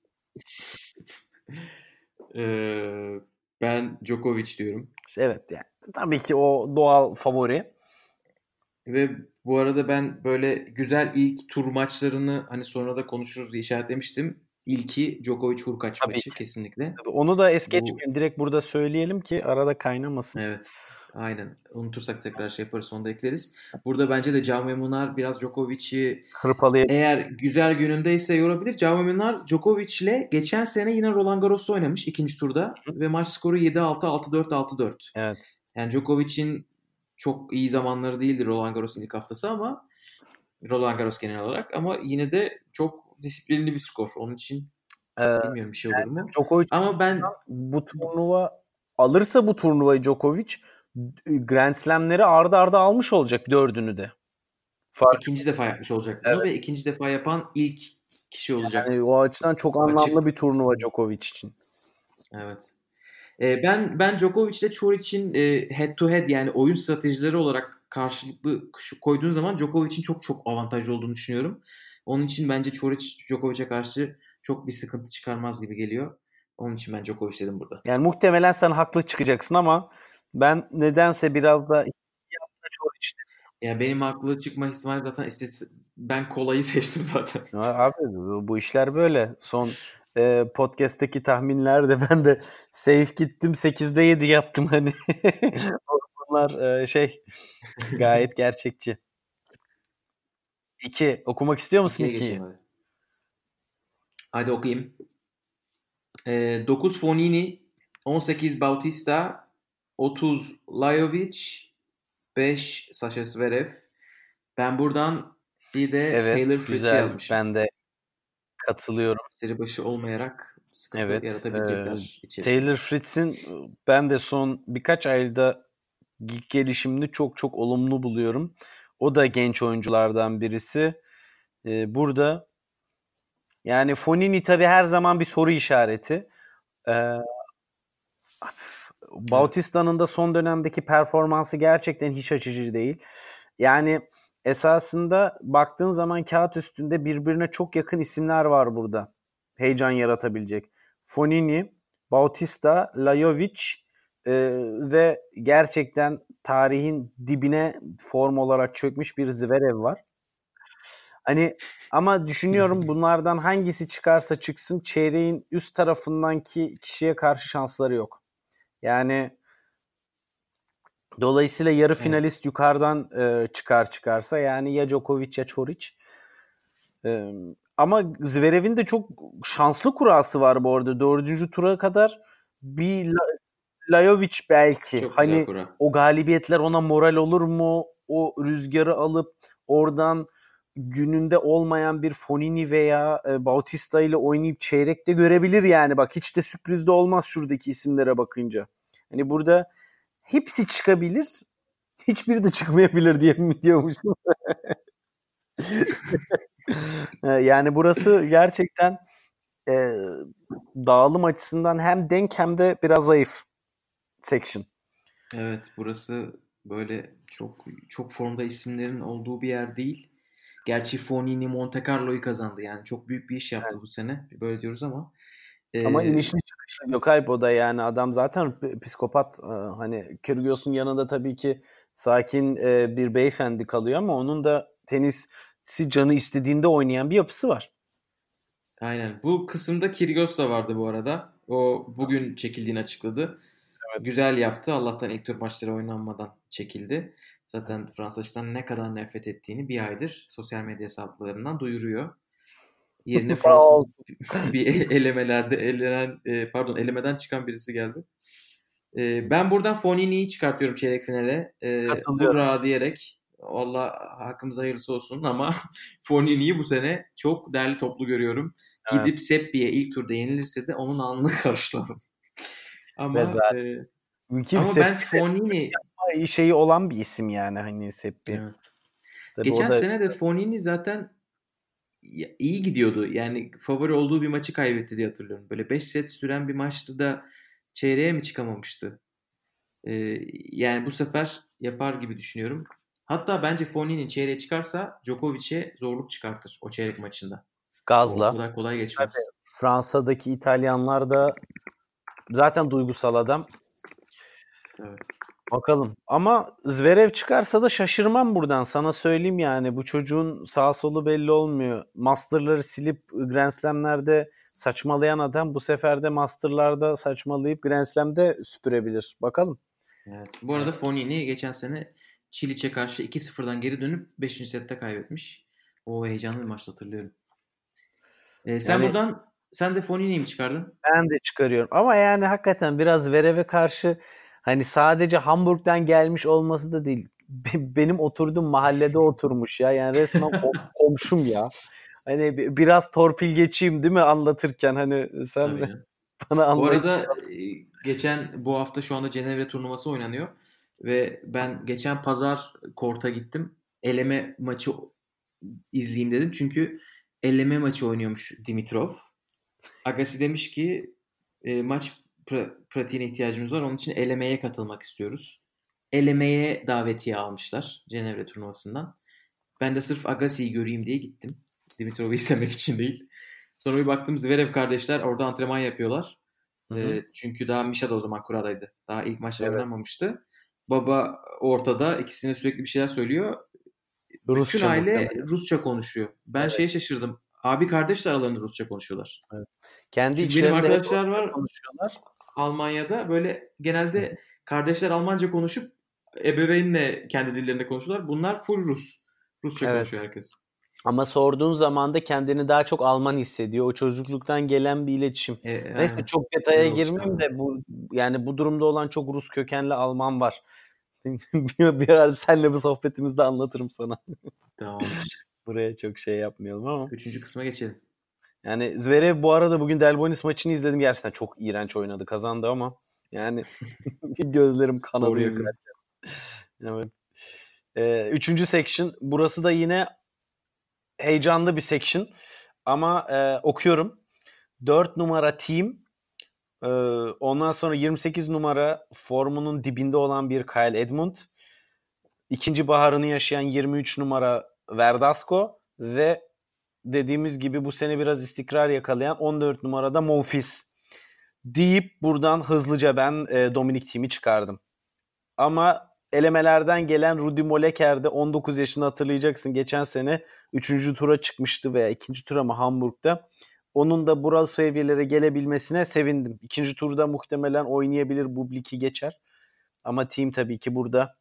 Ee, ben Djokovic diyorum. Evet yani tabii ki o doğal favori. Ve bu arada ben böyle güzel ilk tur maçlarını hani sonra da konuşuruz diye işaretlemiştim. İlki Djokovic Hurkaç Tabii maçı ki. kesinlikle. Tabii onu da es Bu geçmeyin. Direkt burada söyleyelim ki arada kaynamasın. evet. Aynen. Unutursak tekrar şey yaparız, sonda ekleriz. Burada bence de Jaume Munar biraz Djokovic'i Hırpalayabilir. eğer güzel günündeyse yorabilir. Jaume Munar Djokovic'le geçen sene yine Roland Garros'ta oynamış ikinci turda Hı. ve maç skoru yedi altı, altı dört, altı dört. Evet. Yani Djokovic'in çok iyi zamanları değildi Roland Garros'un ilk haftası ama Roland Garros genel olarak ama yine de çok disiplinli bir skor. Onun için Ee, bilmiyorum bir şey olur mu? Djokovic Ama ben bu turnuva alırsa bu turnuvayı Djokovic Grand Slam'leri arda arda almış olacak dördünü de. Fark. ikinci defa yapmış olacak bunu Evet. ve ikinci defa yapan ilk kişi olacak. Yani o açıdan çok anlamlı Açık. bir turnuva Djokovic için. Evet. Ee, ben ben Djokovic ile Çoric'in e, head to head yani oyun stratejileri olarak karşılıklı şu koyduğun zaman Djokovic'in çok çok avantajlı olduğunu düşünüyorum. Onun için bence Çoric Djokovic'e karşı çok bir sıkıntı çıkarmaz gibi geliyor. Onun için ben Djokovic dedim burada. Yani muhtemelen sen haklı çıkacaksın ama ben nedense biraz da Çoric. Ya benim haklı çıkma ihtimali zaten istatistik. Ben kolayı seçtim zaten. Abi bu, bu işler böyle. Son e, podcast'teki tahminlerde ben de safe gittim sekizde yedi yaptım hani. Bunlar e, şey gayet gerçekçi. İki. Okumak istiyor musun İkiye ikiyi? geçelim hadi. Hadi okuyayım. Ee, dokuz Fonini, on sekiz Bautista, otuz Lajovic, beş Sasha Zverev. Ben buradan bir de Evet, Taylor Fritz güzel. yazmışım. Ben de katılıyorum. Seri başı olmayarak sıkıntı Evet. e, yaratabilecekler içerisinde. Taylor Fritz'in ben de son birkaç ayda gelişimini çok çok olumlu buluyorum. O da genç oyunculardan birisi. Ee, burada yani Fonini tabii her zaman bir soru işareti. Ee, Bautista'nın da son dönemdeki performansı gerçekten hiç açıcı değil. Yani esasında baktığın zaman kağıt üstünde birbirine çok yakın isimler var burada. Heyecan yaratabilecek. Fonini, Bautista, Lajovic e, ve gerçekten tarihin dibine form olarak çökmüş bir Zverev var. Hani ama düşünüyorum bunlardan hangisi çıkarsa çıksın çeyreğin üst tarafındaki kişiye karşı şansları yok. Yani dolayısıyla yarı Evet. finalist yukarıdan e, çıkar çıkarsa yani ya Djokovic ya Ćorić. E, ama Zverev'in de çok şanslı kurası var bu arada. Dördüncü tura kadar bir La- Lajovic belki. Çok güzel Hani kura. o galibiyetler ona moral olur mu? O rüzgarı alıp oradan gününde olmayan bir Fonini veya e, Bautista ile oynayıp çeyrekte görebilir yani. Bak hiç de sürpriz de olmaz şuradaki isimlere bakınca. Hani burada hepsi çıkabilir. Hiçbiri de çıkmayabilir diye mi diyormuşum. Yani burası gerçekten e, dağılım açısından hem denk hem de biraz zayıf section. Evet, burası böyle çok çok formda isimlerin olduğu bir yer değil. Gerçi Fonini Monte Carlo'yu kazandı. Yani çok büyük bir iş yaptı bu sene. Böyle diyoruz ama Ama e, inişli çıkışlı Gökalp o da yani adam zaten p- psikopat. Ee, Hani Kyrgios'un yanında tabii ki sakin e, bir beyefendi kalıyor ama onun da tenisi canı istediğinde oynayan bir yapısı var. aynen. Bu kısımda Kyrgios da vardı bu arada. O bugün çekildiğini açıkladı. Evet. Güzel yaptı. Allah'tan ilk tur maçları oynanmadan çekildi. Zaten Fransızdan ne kadar nefret ettiğini bir aydır sosyal medya hesaplarından duyuruyor. Yerine Sağ Fransız olsun. bir elemelerde elenen e, pardon elemeden çıkan birisi geldi. E, ben buradan Fonini'yi çıkartıyorum çeyrek finale. E, Katılıyorum. hurra diyerek. Valla hakkımız hayırlısı olsun ama Fonini'yi bu sene çok değerli toplu görüyorum. Evet. Gidip Seppi'ye ilk turda yenilirse de onun alnını karşılarım. Ve Ama zaten e, ülke bir ama ben Seppi Fonini de şeyi olan bir isim yani hani Seppi. evet. Tabii o Geçen da sene de Fonini zaten ya- iyi gidiyordu. Yani favori olduğu bir maçı kaybetti diye hatırlıyorum. Böyle beş set süren bir maçta da çeyreğe mi çıkamamıştı? Ee, yani bu sefer yapar gibi düşünüyorum. Hatta bence Fonini çeyreğe çıkarsa Djokovic'e zorluk çıkartır o çeyrek maçında. O gazla. kadar kolay geçmez. Fransa'daki İtalyanlar da zaten duygusal adam. Evet. Bakalım. Ama Zverev çıkarsa da şaşırmam buradan. Sana söyleyeyim yani. Bu çocuğun sağ solu belli olmuyor. Master'ları silip Grand Slam'lerde saçmalayan adam bu sefer de Master'larda saçmalayıp Grand Slam'de süpürebilir. Bakalım. Evet. Bu arada Fonini geçen sene Çiliç'e karşı iki sıfırdan geri dönüp beşinci sette kaybetmiş. O heyecanlı bir maçta hatırlıyorum. Ee, sen Yani buradan sen de Fonini'yi mi çıkardın? ben de çıkarıyorum. Ama yani hakikaten biraz Zverev'e karşı hani sadece Hamburg'dan gelmiş olması da değil. Be- Benim oturduğum mahallede oturmuş ya. Yani resmen kom- komşum ya. Hani bi- biraz torpil geçeyim değil mi anlatırken hani sen Tabii de ya. bana Bu anlayış. arada e, geçen bu hafta şu anda Cenevre turnuvası oynanıyor ve ben geçen pazar korta gittim. Eleme maçı izleyeyim dedim çünkü eleme maçı oynuyormuş Dimitrov. Agassi demiş ki e, maç pra- pratiğine ihtiyacımız var. Onun için elemeye katılmak istiyoruz. Elemeye davetiye almışlar Cenevre turnuvasından. Ben de sırf Agassi'yi göreyim diye gittim. Dimitrov'u izlemek için değil. Sonra bir baktım Zverev kardeşler orada antrenman yapıyorlar. Hı hı. E, çünkü daha Misha da o zaman kuradaydı. Daha ilk maçlar Evet. oynanmamıştı. Baba ortada ikisine sürekli bir şeyler söylüyor. Bütün Rusça aile muhtemelen. Rusça konuşuyor. Ben Evet, şeye şaşırdım. Abi kardeşler aralarında Rusça konuşuyorlar. evet. Kendi Çünkü benim içlerinde hep arkadaşlar Rusça var konuşuyorlar. Almanya'da böyle genelde kardeşler Almanca konuşup ebeveynle kendi dillerinde konuşuyorlar. Bunlar full Rus. Rusça Evet. konuşuyor herkes. Ama sorduğun zaman da kendini daha çok Alman hissediyor. O çocukluktan gelen bir iletişim. E, Neyse aynen. çok detaya Güzel girmeyeyim alışkanlık. de bu yani bu durumda olan çok Rus kökenli Alman var. bir bir ara seninle bu sohbetimizde anlatırım sana. Tamamdır. Buraya çok şey yapmayalım ama. Üçüncü kısma geçelim. Yani Zverev bu arada bugün Delbonis maçını izledim. Gerçekten çok iğrenç oynadı. Kazandı ama yani gözlerim kanadı Doğru izlerken. yorum. Evet. Ee, üçüncü section. Burası da yine heyecanlı bir section. Ama e, okuyorum. dört numara team. Ee, ondan sonra yirmi sekiz numara formunun dibinde olan bir Kyle Edmund. İkinci baharını yaşayan yirmi üç numara Verdasco ve dediğimiz gibi bu sene biraz istikrar yakalayan on dört numarada Monfils deyip buradan hızlıca ben e, Dominic Thiem'i çıkardım. Ama elemelerden gelen Rudi Molleker de on dokuz yaşını hatırlayacaksın. Geçen sene üçüncü tura çıkmıştı veya ikinci tura mı Hamburg'da. Onun da bu seviyelere gelebilmesine sevindim. İkinci turda muhtemelen oynayabilir, Bublik'i geçer. Ama Thiem tabii ki burada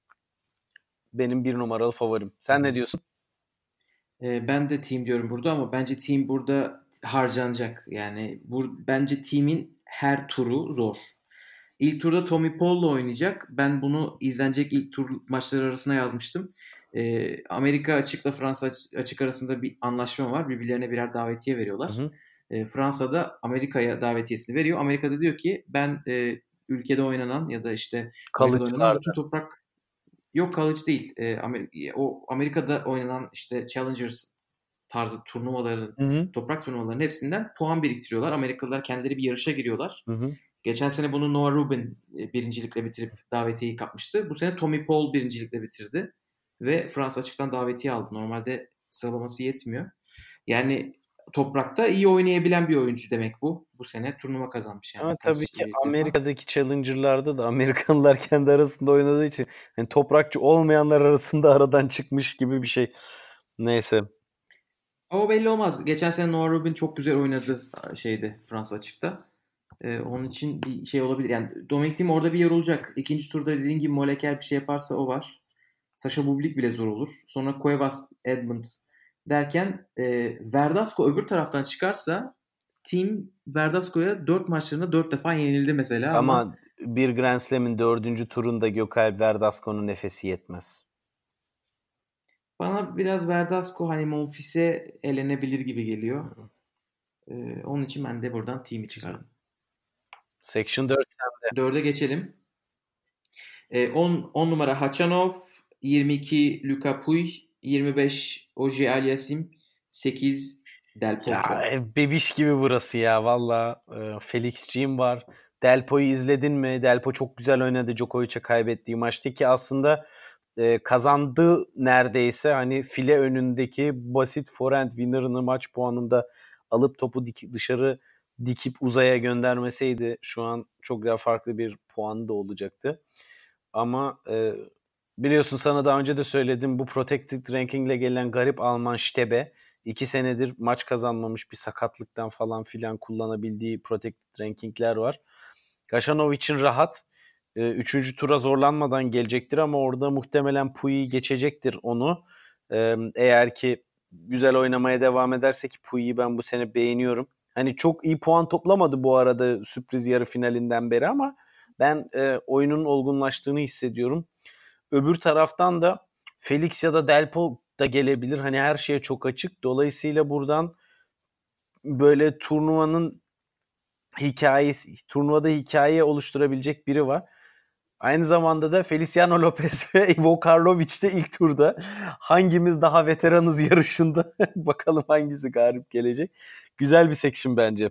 benim bir numaralı favorim. Sen ne diyorsun? E, ben de Thiem diyorum burada ama bence Thiem burada harcanacak. Yani bu, bence Thiem'in her turu zor. İlk turda Tommy Paul'la oynayacak. Ben bunu izlenecek ilk tur maçları arasına yazmıştım. Ee, Amerika açıkla Fransa açık arasında bir anlaşma var. Birbirlerine birer davetiye veriyorlar. Hı hı. Ee, Fransa'da Amerika'ya davetiyesini veriyor. Amerika'da diyor ki ben e, ülkede oynanan ya da işte Amerika'da oynanan bütün Kalıcılarda. toprak yok college değil. Ee, Amer- o Amerika'da oynanan işte Challengers tarzı turnuvaların, Hı hı. toprak turnuvalarının hepsinden puan biriktiriyorlar. Amerikalılar kendileri bir yarışa giriyorlar. Hı hı. Geçen sene bunu Noah Rubin e, birincilikle bitirip davetiyeyi kapmıştı. Bu sene Tommy Paul birincilikle bitirdi. Ve Fransa açıktan davetiye aldı. Normalde sıralaması yetmiyor. Yani toprakta iyi oynayabilen bir oyuncu demek bu. Bu sene turnuva kazanmış yani Ama tabii birkaç ki e, defa. Amerika'daki Challenger'larda da Amerikanlar kendi arasında oynadığı için yani toprakçı olmayanlar arasında aradan çıkmış gibi bir şey. Neyse. Ama belli olmaz. Geçen sene Noah Rubin çok güzel oynadı şeyde Fransa açıkta. Ee, onun için bir şey olabilir. Yani Dominic Thiem orada bir yorulacak. İkinci turda dediğin gibi Molleker bir şey yaparsa o var. Sasha Bublik bile zor olur. Sonra Cuevas, Edmund derken e, Verdasco öbür taraftan çıkarsa Thiem Verdasco'ya dört maçlarında dört defa yenildi mesela ama Ama bir Grand Slam'in dördüncü turunda Gökalp Verdasco'nun nefesi yetmez. bana biraz Verdasco hani Monfils'e elenebilir gibi geliyor. Ee, onun için ben de buradan Thiem'i çıkardım. Section dört sende. Dörde geçelim. E, on, on numara Hachanov, yirmi iki Luka Puig, yirmi beş Oje Aliasim, sekiz Del Potro. Ya ev bebiş gibi burası ya valla. Ee, Felix'ciğim var. Delpo'yu izledin mi? Delpo çok güzel oynadı Djokovic'e kaybettiği maçta ki aslında e, kazandı neredeyse. Hani file önündeki basit forehand winner'ını maç puanında alıp topu dik- dışarı dikip uzaya göndermeseydi şu an çok daha farklı bir puan da olacaktı. Ama e, biliyorsun sana daha önce de söyledim bu protected rankingle gelen garip Alman Stebe iki senedir maç kazanmamış bir sakatlıktan falan filan kullanabildiği protected rankingler var. Gaşanov için rahat. E, üçüncü tura zorlanmadan gelecektir ama orada muhtemelen Puyi geçecektir onu. E, eğer ki güzel oynamaya devam ederse ki Puyi'yi ben bu sene beğeniyorum. Hani çok iyi puan toplamadı bu arada sürpriz yarı finalinden beri ama ben e, oyunun olgunlaştığını hissediyorum. Öbür taraftan da Felix ya da Delpo da gelebilir. Hani her şeye çok açık. Dolayısıyla buradan böyle turnuvanın hikayesi, turnuvada hikaye oluşturabilecek biri var. Aynı zamanda da Feliciano Lopez ve Ivo Karlovic de ilk turda. Hangimiz daha veteranız yarışında. Bakalım hangisi galip gelecek. Güzel bir section bence.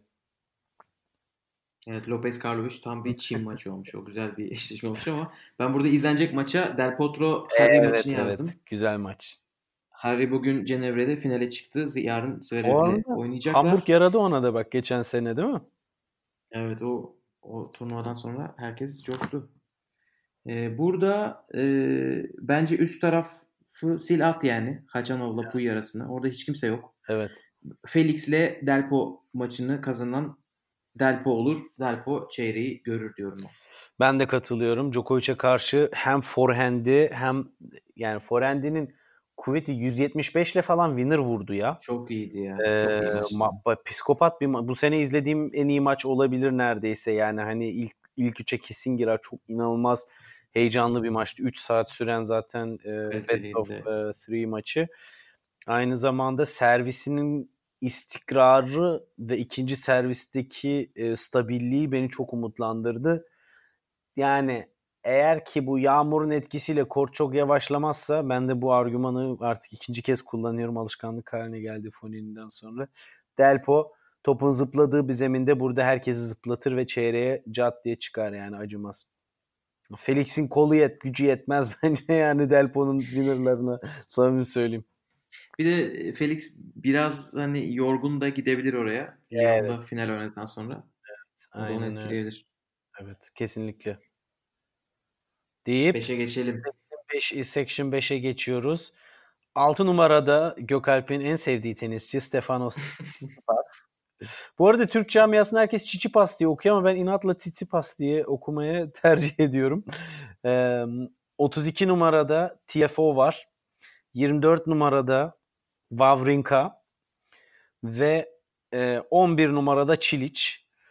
Evet, Lopez Karlovic tam bir Çin maçı olmuş. O güzel bir eşleşme olmuş ama ben burada izlenecek maça Del Potro Harry Evet, maçını evet. yazdım. Güzel maç. Harry bugün Cenevre'de finale çıktı. Yarın O Zverev'le arada oynayacaklar. Hamburg yaradı ona da bak geçen sene değil mi? Evet, o o turnuvadan sonra herkes coştu. Ee, burada e, bence üst tarafı sil at yani. Hacanov'la Puyi arasında. Orada hiç kimse yok. Evet. Felix'le Delpo maçını kazanan Delpo olur. Delpo çeyreği görür diyorum ben. Ben de katılıyorum. Djokovic'e karşı hem forehand'i hem yani forehand'inin kuvveti yüz yetmiş beş ile falan winner vurdu ya. Çok iyiydi ya. Ee, Çok iyi maçtı. ma- psikopat bir ma- bu sene izlediğim en iyi maç olabilir neredeyse. Yani hani ilk ilk üçe kesin girer. Çok inanılmaz heyecanlı bir maçtı. üç saat süren zaten e, Best of Kaliteliydi. e, three maçı. Aynı zamanda servisinin istikrarı ve ikinci servisteki e, stabilliği beni çok umutlandırdı. Yani eğer ki bu yağmurun etkisiyle kort çok yavaşlamazsa ben de bu argümanı artık ikinci kez kullanıyorum. Alışkanlık haline geldi Fognini'den sonra. Delpo topun zıpladığı bir zeminde burada herkesi zıplatır ve çeyreğe cat diye çıkar yani acımaz. Felix'in kolu yet, gücü yetmez bence yani Delpo'nun winnerlarına samimi söyleyeyim. Bir de Felix biraz hani yorgun da gidebilir oraya. Lyon'da Evet. final oynadıktan sonra. O da onu Aynen öyle. etkileyebilir. Evet, kesinlikle. Deyip beşe geçelim. beş, Section beşe geçiyoruz. altı numarada Gökalp'in en sevdiği tenisçi Stefanos Tsitsipas. Bu arada Türk camiasında herkes Çiçipas diye okuyor ama ben inatla Tsitsipas diye okumaya tercih ediyorum. Ee, otuz iki numarada T F O var. yirmi dört numarada Wawrinka ve e, on bir numarada Çiliç.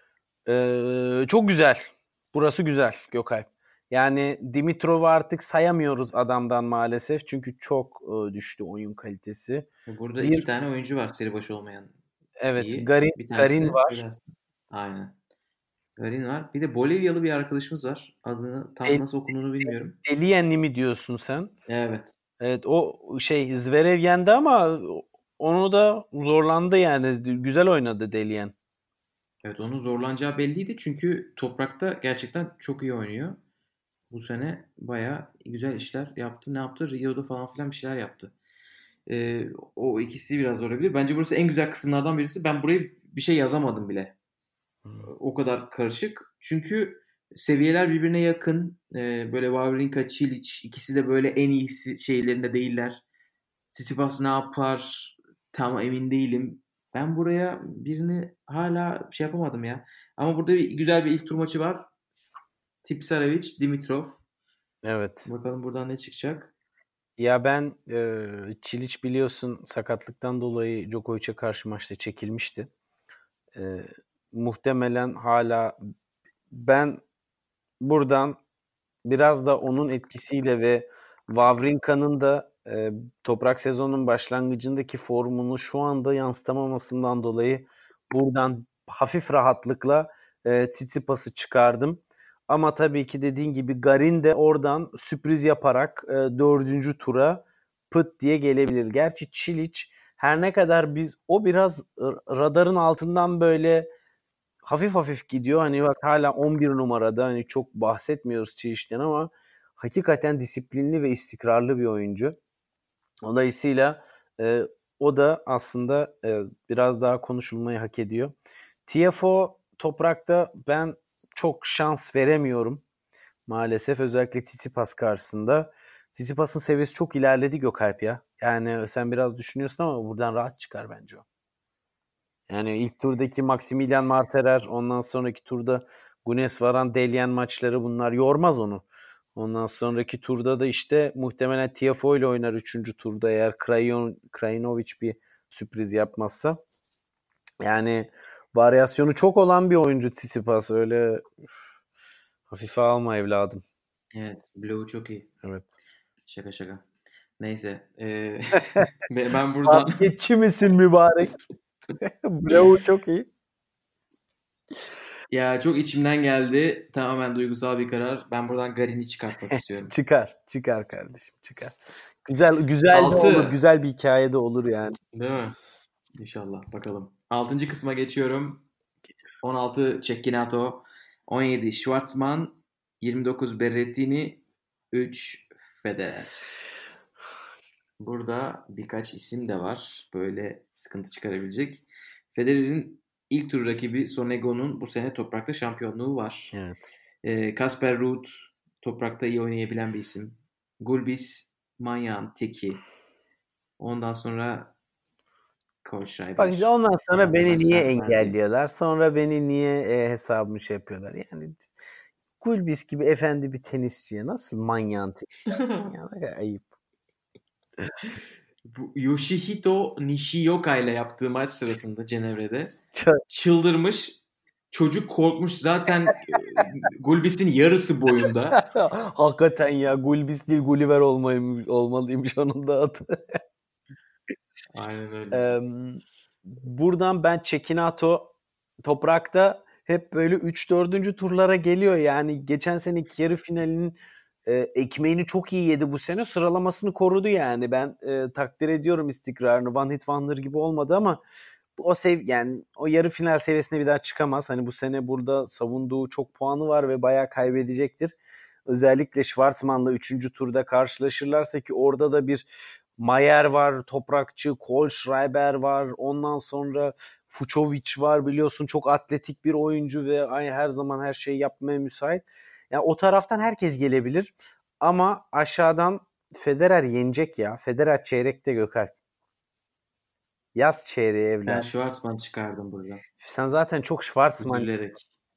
Ee, çok güzel. Burası güzel Gökalp. Yani Dimitrov'u artık sayamıyoruz adamdan maalesef. Çünkü çok e, düştü oyun kalitesi. Burada Bir, iki tane oyuncu var seri başı olmayan evet, iyi. Garin, Bir Garin tanesi var. söylersin. Aynen. Garin var. Bir de Bolivyalı bir arkadaşımız var. Adını tam Del, nasıl okunduğunu bilmiyorum. Deliyenli mi diyorsun sen? Evet. Evet, o şey Zverev yendi ama onu da zorlandı yani. Güzel oynadı Deliyen. Evet, onun zorlanacağı belliydi çünkü toprakta gerçekten çok iyi oynuyor. Bu sene bayağı güzel işler yaptı. Ne yaptı? Rio'da falan filan bir şeyler yaptı. Ee, o ikisi biraz zorlayabilir. Bence burası en güzel kısımlardan birisi. Ben burayı bir şey yazamadım bile. O kadar karışık. Çünkü seviyeler birbirine yakın. Ee, böyle Wawrinka, Cilic ikisi de böyle en iyisi şeylerinde değiller. Tsitsipas ne yapar? Tam emin değilim. Ben buraya birini hala şey yapamadım ya. Ama burada bir, güzel bir ilk tur maçı var. Tipsarevic, Dimitrov. Evet. Bakalım buradan ne çıkacak. Ya ben e, Çiliç biliyorsun sakatlıktan dolayı Djokovic'e karşı maçta çekilmişti. E, muhtemelen hala ben buradan biraz da onun etkisiyle ve Wawrinka'nın da e, toprak sezonunun başlangıcındaki formunu şu anda yansıtamamasından dolayı buradan hafif rahatlıkla e, Tsitsipas'ı çıkardım. Ama tabii ki dediğin gibi Garin de oradan sürpriz yaparak e, dördüncü tura pıt diye gelebilir. Gerçi Çiliç her ne kadar biz o biraz radarın altından böyle hafif hafif gidiyor. Hani bak hala on bir numarada hani çok bahsetmiyoruz Çiliş'ten ama hakikaten disiplinli ve istikrarlı bir oyuncu. Dolayısıyla e, o da aslında e, biraz daha konuşulmayı hak ediyor. T F O toprakta ben çok şans veremiyorum maalesef. Özellikle Tsitsipas karşısında. Tsitsipas'ın seviyesi çok ilerledi Gökalp ya. Yani sen biraz düşünüyorsun ama buradan rahat çıkar bence o. Yani ilk turdaki Maximilian Marterer, ondan sonraki turda Gunes Varan Delyen maçları bunlar yormaz onu. Ondan sonraki turda da işte muhtemelen T F O ile oynar üçüncü turda eğer Krayon, Krajinovic bir sürpriz yapmazsa. Yani varyasyonu çok olan bir oyuncu Tsitsipas. Öyle hafife alma evladım. Evet. Blow'u çok iyi. Evet. Şaka şaka. Neyse. Ee, ben buradan... Basketçi misin mübarek? Bravo, çok iyi. Ya çok içimden geldi. Tamamen duygusal bir karar. Ben buradan Garin'i çıkartmak istiyorum. Çıkar. Çıkar kardeşim. Çıkar. Güzel güzel de Altı. olur. Güzel bir hikaye de olur yani. Değil mi? İnşallah. Bakalım. Altıncı kısma geçiyorum. on altı Cecchinato. on yedi Schwartzman. yirmi dokuz Berrettini. üç Federer. Burada birkaç isim de var. Böyle sıkıntı çıkarabilecek. Federer'in ilk tur rakibi Sonego'nun bu sene toprakta şampiyonluğu var. Evet. Kasper ee, Ruud toprakta iyi oynayabilen bir isim. Gulbis, Manyan, Teki. Ondan sonra Kohlschreiber. Bak işte ondan sonra beni niye Verdi. engelliyorlar? Sonra beni niye e, hesabımı şey yapıyorlar? Yani Gulbis gibi efendi bir tenisçiye nasıl manyağın tenis dersin ya? Ne kadar ayıp. Bu Yoshihito Nishioka ile yaptığı maç sırasında Cenevre'de Çok- çıldırmış. Çocuk korkmuş zaten e, Gulbis'in yarısı boyunda. Hakikaten ya Gulbis değil Gulliver olmalıymış, olmalıymış onun da adı. Aynen öyle. Eee, buradan ben Cecchinato toprakta hep böyle üç dördüncü turlara geliyor. Yani geçen seneki yarı finalinin e, ekmeğini çok iyi yedi bu sene. Sıralamasını korudu yani. Ben e, takdir ediyorum istikrarını. One hit wonder gibi olmadı ama o sev yani o yarı final seviyesine bir daha çıkamaz. Hani bu sene burada savunduğu çok puanı var ve bayağı kaybedecektir. Özellikle Schwartzman'la üçüncü turda karşılaşırlarsa ki orada da bir Mayer var, Toprakçı, Kohlschreiber var. Ondan sonra Fucovic var biliyorsun çok atletik bir oyuncu ve her zaman her şeyi yapmaya müsait. Yani o taraftan herkes gelebilir. Ama aşağıdan Federer yenecek ya. Federer çeyrekte Gökalp. Yaz çeyreği evlat. Ben Schwarzman çıkardım burada. Sen zaten çok Schwarzman. Üzülerek.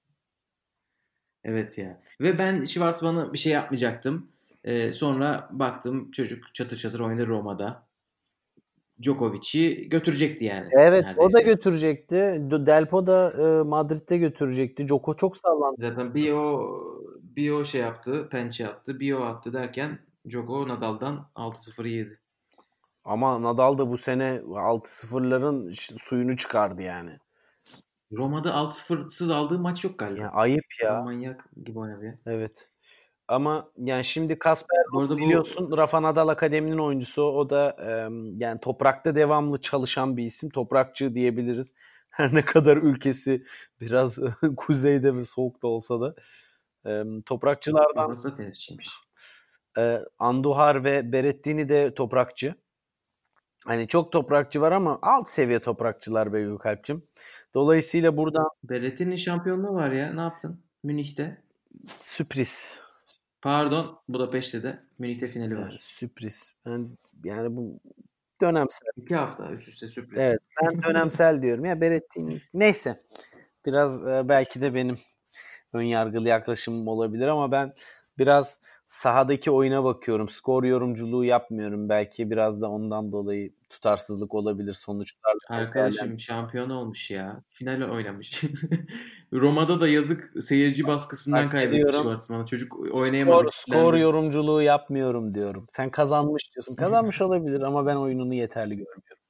Evet ya. Ve ben Schwarzman'a bir şey yapmayacaktım. Ee, sonra baktım çocuk çatır çatır oynadı Roma'da. Djokovic'i götürecekti yani. Evet neredeyse. o da götürecekti. Delpo da e, Madrid'de götürecekti. Djoko çok sallandı. Zaten bir o, bir o şey yaptı, pençe attı, bir o attı derken Djoko Nadal'dan altı sıfır yedi. Ama Nadal da bu sene altı sıfırların suyunu çıkardı yani. Roma'da altı sıfırsız aldığı maç yok galiba. Yani ayıp ya. Adam manyak gibi oynadı ya. Evet. Ama yani şimdi Kasper Bu arada bu biliyorsun Rafa Nadal Akademi'nin oyuncusu. O da e, yani toprakta devamlı çalışan bir isim. Toprakçı diyebiliriz. Her ne kadar ülkesi biraz kuzeyde ve soğukta olsa da. E, toprakçılardan babası da tenisçiymiş. e, Andujar ve Berrettini de toprakçı. Hani çok toprakçı var ama alt seviye toprakçılar be Gökalp'cim. Dolayısıyla buradan Berretti'nin şampiyonluğu var ya. Ne yaptın? Münih'te. sürpriz. Pardon. Budapeşte de Münih'te finali Yani var. sürpriz. Ben yani bu dönemsel. İki hafta üst üste sürpriz. Evet, ben dönemsel diyorum. Ya Berrettini neyse. Biraz e, belki de benim ön yargılı yaklaşımım olabilir ama ben biraz sahadaki oyuna bakıyorum. Skor yorumculuğu yapmıyorum. Belki biraz da ondan dolayı tutarsızlık olabilir sonuçlarla. Arkadaşım şampiyon olmuş ya. Final oynamış. Roma'da da yazık seyirci baskısından Bak, kaybetti diyorum. Schwarzman. Çocuk oynayamadı. Skor, skor yorumculuğu yapmıyorum diyorum. Sen kazanmış diyorsun. Kazanmış olabilir ama ben oyununu yeterli görmüyorum.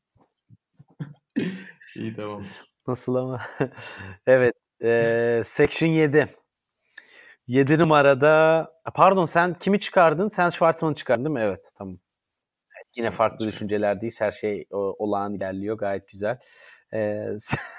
İyi tamam. Nasıl ama? Evet. E, Section yedi. yedi numarada pardon sen kimi çıkardın? Sen Schwarzman'ı çıkardın değil mi? Evet tamam. Evet, yine farklı düşüncelerdeyiz. Her şey o, olağan ilerliyor. Gayet güzel. Ee,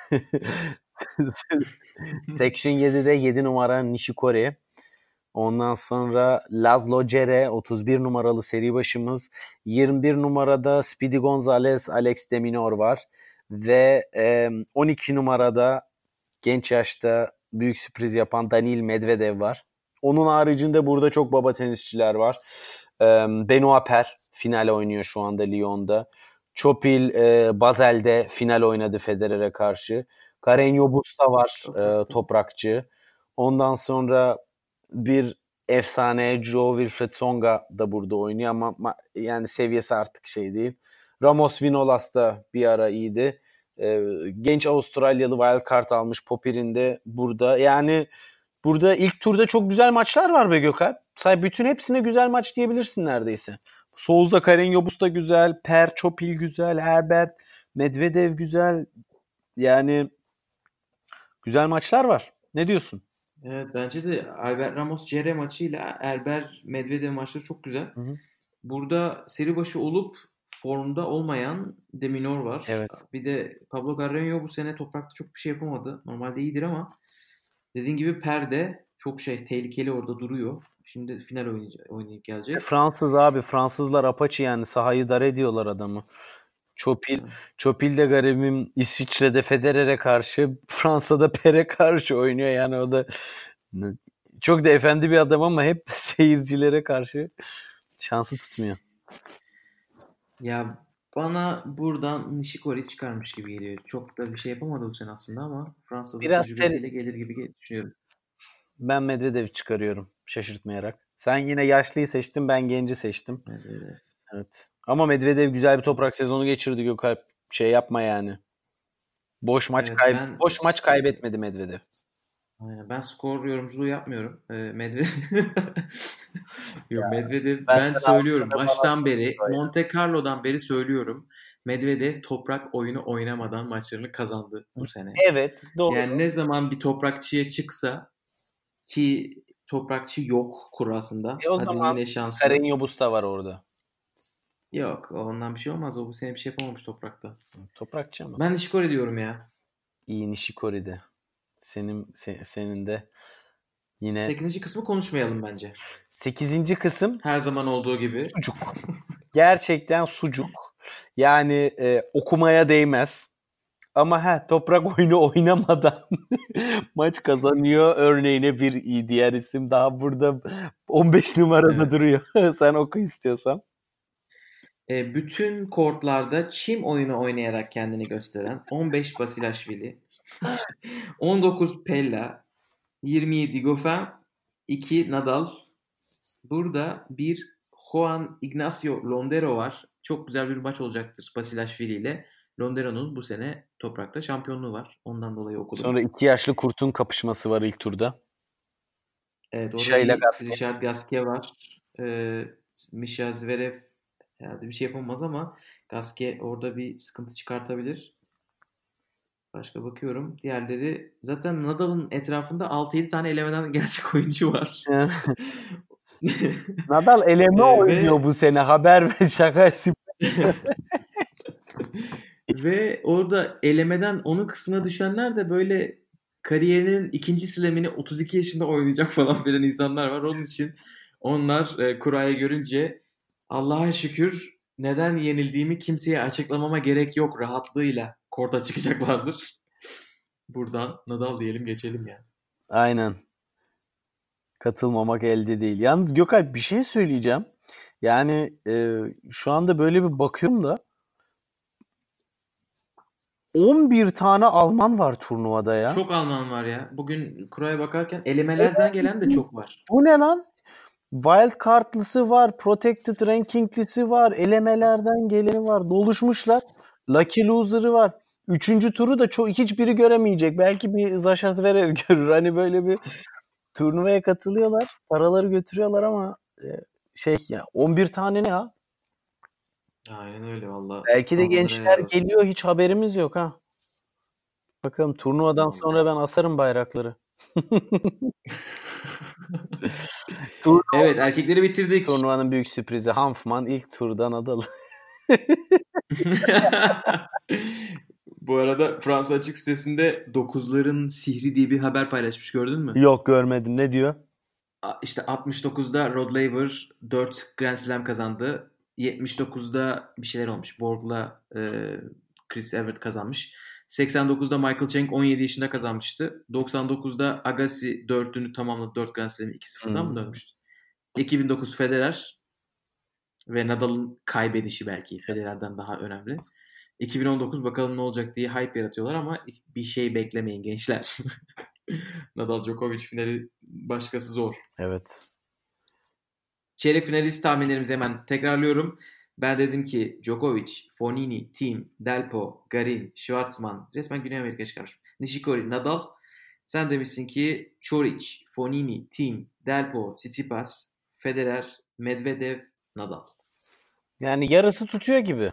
Section yedide yedi numara Nishikori. Ondan sonra Laszlo Cere otuz bir numaralı seri başımız. yirmi bir numarada Speedy Gonzalez, Alex de Minaur var. Ve e, on iki numarada genç yaşta büyük sürpriz yapan Daniil Medvedev var. Onun haricinde burada çok baba tenisçiler var. E, Benoit Per final oynuyor şu anda Lyon'da. Chopil e, Basel'de final oynadı Federer'e karşı. Carreño Busta var e, toprakçı. Ondan sonra bir efsane Joe Wilfried Tsonga da burada oynuyor ama yani seviyesi artık şey değil. Ramos Vinolas da bir ara iyiydi. Ee, genç Avustralyalı wildcard almış Popir'in de burada. Yani burada ilk turda çok güzel maçlar var be Gökhan. Say bütün hepsine güzel maç diyebilirsin neredeyse. Souza Carreño Busta güzel, Per Chopil güzel, Herbert Medvedev güzel. Yani güzel maçlar var. Ne diyorsun? Evet bence de Albert Ramos Cere maçıyla Erber Medvedev maçları çok güzel. Hı hı. Burada seri başı olup formda olmayan de Minaur var. Evet. Bir de Pablo Carreño bu sene toprakta çok bir şey yapamadı. Normalde iyidir ama dediğin gibi perde çok şey tehlikeli orada duruyor. Şimdi final oynayacak, oynayıp gelecek. E, Fransız abi. Fransızlar apaçı yani. Sahayı dar ediyorlar adamı. Chopil, Chopil de garibim İsviçre'de Federer'e karşı, Fransa'da Per'e karşı oynuyor. Yani o da çok da efendi bir adam ama hep seyircilere karşı şansı tutmuyor. Ya bana buradan Nishikori çıkarmış gibi geliyor. Çok da bir şey yapamadı bu sene aslında ama Fransa'da Biraz tecrübesiyle gelir gibi düşünüyorum. Ben Medvedev'i çıkarıyorum şaşırtmayarak. Sen yine yaşlıyı seçtin, ben genci seçtim. Medvedev. Evet. Ama Medvedev güzel bir toprak sezonu geçirdi Gökalp. Şey yapma yani. Boş maç Evet, kay ben boş maç kaybetmedi Medvedev. Aynen, ben skor yorumculuğu yapmıyorum. Ee, Medvedev Yok, Medvedev, ben Benden söylüyorum Avrupa'da bana baştan beri, ya. Monte Carlo'dan beri söylüyorum. Medvedev toprak oyunu oynamadan maçlarını kazandı bu sene. Evet, doğru. Yani ne zaman bir toprakçıya çıksa, ki toprakçı yok kurasında. E o Hadi zaman yine şanslı. Carreño Busta var orada. Yok, ondan bir şey olmaz. O bu sene bir şey yapamamış toprakta. Toprakçı ama. Ben Nishikori diyorum ya. İyi Nishikori'de. Senin se- senin de yine Sekizinci kısmı konuşmayalım bence. sekizinci kısım Her zaman olduğu gibi. sucuk. Gerçekten sucuk. Yani e, okumaya değmez. Ama ha toprak oyunu oynamadan maç kazanıyor. Örneğine bir diğer isim daha burada on beş numarada Evet. duruyor. Sen oku istiyorsan. E, bütün kortlarda çim oyunu oynayarak kendini gösteren on beş Basilashvili, on dokuz Pella, yirmi yedi Goffin, iki Nadal. Burada bir Juan Ignacio Londero var. Çok güzel bir maç olacaktır Basilashvili ile. Londero'nun bu sene toprakta şampiyonluğu var. Ondan dolayı okudum. Sonra iki yaşlı kurtun kapışması var ilk turda. Evet, orada Şeyle bir Gasquet. Richard Gasquet var. Ee, Misha Zverev herhalde bir şey yapamaz ama Gasquet orada bir sıkıntı çıkartabilir. Başka bakıyorum. Diğerleri zaten Nadal'ın etrafında altı yedi tane elemeden gerçek oyuncu var. Nadal eleme Ee, oynuyor ve bu sene. Haber ve şaka. ve orada elemeden onun kısmına düşenler de böyle kariyerinin ikinci slamini otuz iki yaşında oynayacak falan filan insanlar var. Onun için onlar e, kuraya görünce Allah'a şükür neden yenildiğimi kimseye açıklamama gerek yok rahatlığıyla korta çıkacaklardır. Buradan Nadal diyelim, geçelim ya. Aynen. Katılmamak elde değil. Yalnız Gökalp bir şey söyleyeceğim. Yani e, şu anda böyle bir bakıyorum da on bir tane Alman var turnuvada ya. Çok Alman var ya. Bugün kuraya bakarken elemelerden gelen de çok var. Bu ne lan? Wild Card'lısı var, Protected Ranking'lisi var, elemelerden geleni var. Doluşmuşlar. Lucky Loser'ı var. Üçüncü turu da çok hiçbiri göremeyecek. Belki bir Sasha Zverev görür. Hani böyle bir turnuvaya katılıyorlar. Paraları götürüyorlar ama e, şey ya on bir tane ne ya? Aynen öyle valla. Belki de Almanlara gençler helal olsun. geliyor, hiç haberimiz yok ha. Bakalım turnuvadan Vallahi. sonra ben asarım bayrakları. Turnuva, Evet, erkekleri bitirdik. turnuvanın büyük sürprizi Hanfman ilk turdan Nadal. Bu arada Fransa Açık sitesinde dokuzların sihri diye bir haber paylaşmış, gördün mü? Yok görmedim. Ne diyor? A- İşte altmış dokuzda Rod Laver dört Grand Slam kazandı. yetmiş dokuzda bir şeyler olmuş. Borg'la e, Chris Evert kazanmış. seksen dokuzda Michael Chang on yedi yaşında kazanmıştı. doksan dokuzda Agassi dördünü tamamladı. dört Grand Slam'i iki sıfırdan Hmm. mı dönmüştü? iki bin dokuz Federer ve Nadal'ın kaybedişi belki Federer'den daha önemli. iki bin on dokuz bakalım ne olacak diye hype yaratıyorlar ama bir şey beklemeyin gençler. Nadal Djokovic finali başkası zor. Evet. Çeyrek finalist tahminlerimizi hemen tekrarlıyorum. Ben dedim ki Djokovic, Fonini, Thiem, Delpo, Garin, Schwartzman, resmen Güney Amerika çıkarmış. Nishikori, Nadal. Sen demişsin ki Čorić, Fonini, Thiem, Delpo, Tsitsipas, Federer, Medvedev, Nadal. Yani yarısı tutuyor gibi.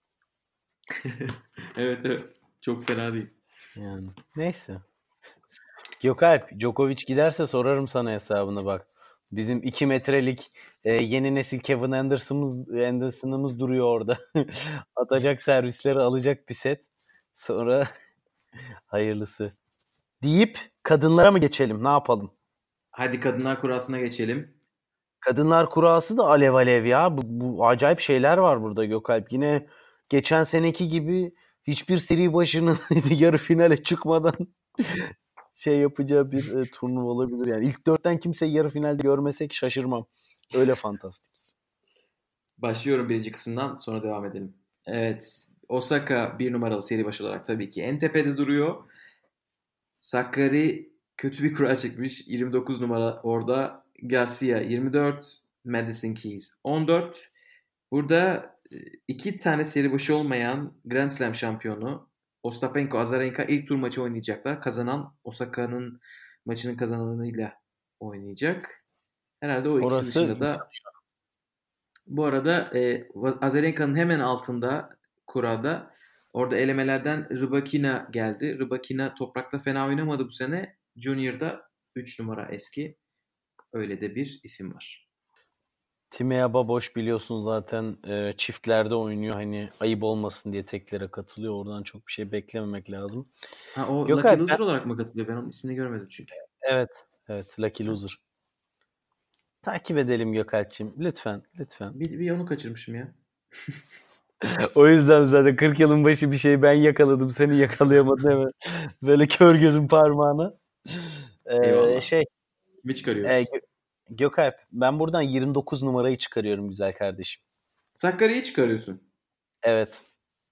Evet evet. Çok fena değil. Yani neyse. Gökalp, Djokovic giderse sorarım sana hesabını bak. Bizim iki metrelik e, yeni nesil Kevin Anderson'ımız, Anderson'ımız duruyor orada. Atacak servisleri alacak bir set. Sonra hayırlısı. Deyip kadınlara mı geçelim? Ne yapalım? Hadi kadınlar kurasına geçelim. Kadınlar kurası da alev alev ya. Bu, bu acayip şeyler var burada Gökalp. Yine geçen seneki gibi hiçbir seri başının yarı finale çıkmadan şey yapacağı bir e, turnuva olabilir. Yani ilk dörtten kimseyi yarı finalde görmesek şaşırmam. Öyle fantastik. Başlıyorum birinci kısımdan, sonra devam edelim. Evet. Osaka bir numaralı seri başı olarak tabii ki en tepede duruyor. Sakkari kötü bir kura çekmiş. yirmi dokuz numara orada. Garcia yirmi dört. Madison Keys on dört. Burada iki tane seri başı olmayan Grand Slam şampiyonu Ostapenko, Azarenka ilk tur maçı oynayacaklar. Kazanan Osaka'nın maçının kazananıyla oynayacak. Herhalde o ikisi Orası dışında da bu arada e, Azarenka'nın hemen altında kurada orada elemelerden Rybakina geldi. Rybakina toprakta fena oynamadı bu sene. Junior'da üç numara eski. Öyle de bir isim var. Timea Baboş biliyorsun zaten e, çiftlerde oynuyor. Hani ayıp olmasın diye teklere katılıyor. Oradan çok bir şey beklememek lazım. Ha, o Yok Lucky abi, Loser ben- olarak mı katılıyor? Ben onun ismini görmedim çünkü. Evet. Evet. Lucky Loser. Takip edelim Gökalp'ciğim. Lütfen. Lütfen. Bir, bir onu kaçırmışım ya. O yüzden zaten kırk yılın başı bir şey ben yakaladım. Seni yakalayamadım hemen. Böyle kör gözün parmağına. Ee, Eyvallah. şey Kimi e, çıkarıyoruz? Gö- Gökalp, ben buradan yirmi dokuz numarayı çıkarıyorum güzel kardeşim. Sakarya'yı çıkarıyorsun. Evet.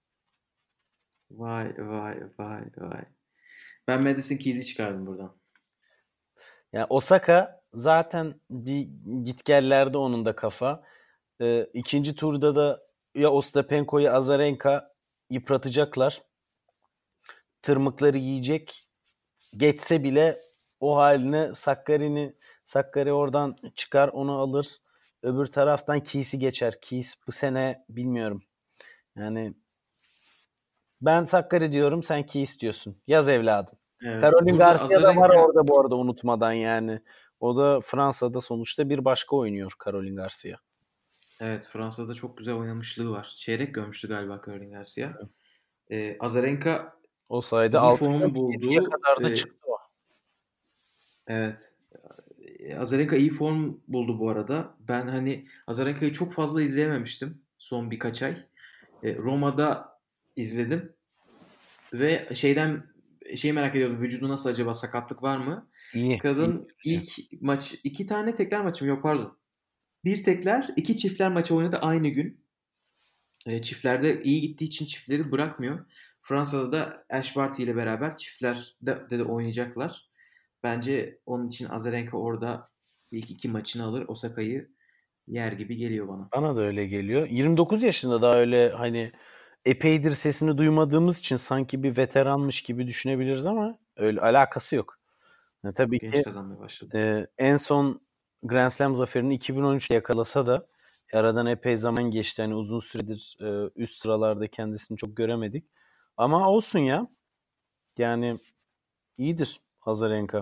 Vay vay vay vay. Ben Madison Keys'i çıkardım buradan. Yani Osaka zaten bir gitgellerde onun da kafa. Ee, ikinci turda da ya Ostapenko ya Azarenka yıpratacaklar. Tırmıkları yiyecek. Geçse bile o haline Sakkari'ni Sakkari oradan çıkar, onu alır. Öbür taraftan Keys'i geçer. Keys bu sene bilmiyorum. Yani ben Sakkari diyorum, sen Keys diyorsun. Yaz evladım. Evet. Caroline Burada Garcia da var Azarenka orada bu arada, unutmadan yani. O da Fransa'da sonuçta bir başka oynuyor Caroline Garcia. evet, Fransa'da çok güzel oynamışlığı var. Çeyrek görmüştü galiba Caroline Garcia. Ee, Azarenka O sayede iyi altıya form yediye buldu. kadar da Ee, çıktı o. evet. Ee, Azarenka iyi form buldu bu arada. Ben hani Azarenka'yı çok fazla izleyememiştim son birkaç ay. Ee, Roma'da izledim ve şeyden şeyi merak ediyordum. Vücudu nasıl, acaba sakatlık var mı? İyi. Kadın iyi. ilk maç, iki tane tekler maçı mı? Yok, pardon. Bir tekler, iki çiftler maçı oynadı aynı gün. E, çiftlerde iyi gittiği için çiftleri bırakmıyor. Fransa'da da Ash Barty ile beraber çiftlerde de, de oynayacaklar. Bence onun için Azarenka orada ilk iki maçını alır. Osaka'yı yer gibi geliyor bana. Bana da öyle geliyor. yirmi dokuz yaşında, daha öyle hani epeydir sesini duymadığımız için sanki bir veteranmış gibi düşünebiliriz ama öyle alakası yok. Yani tabii Genç ki kazanmaya başladı. e, en son Grand Slam zaferini iki bin on üçte yakalasa da aradan epey zaman geçti. Yani uzun süredir e, üst sıralarda kendisini çok göremedik. Ama olsun ya. Yani iyidir Azarenka.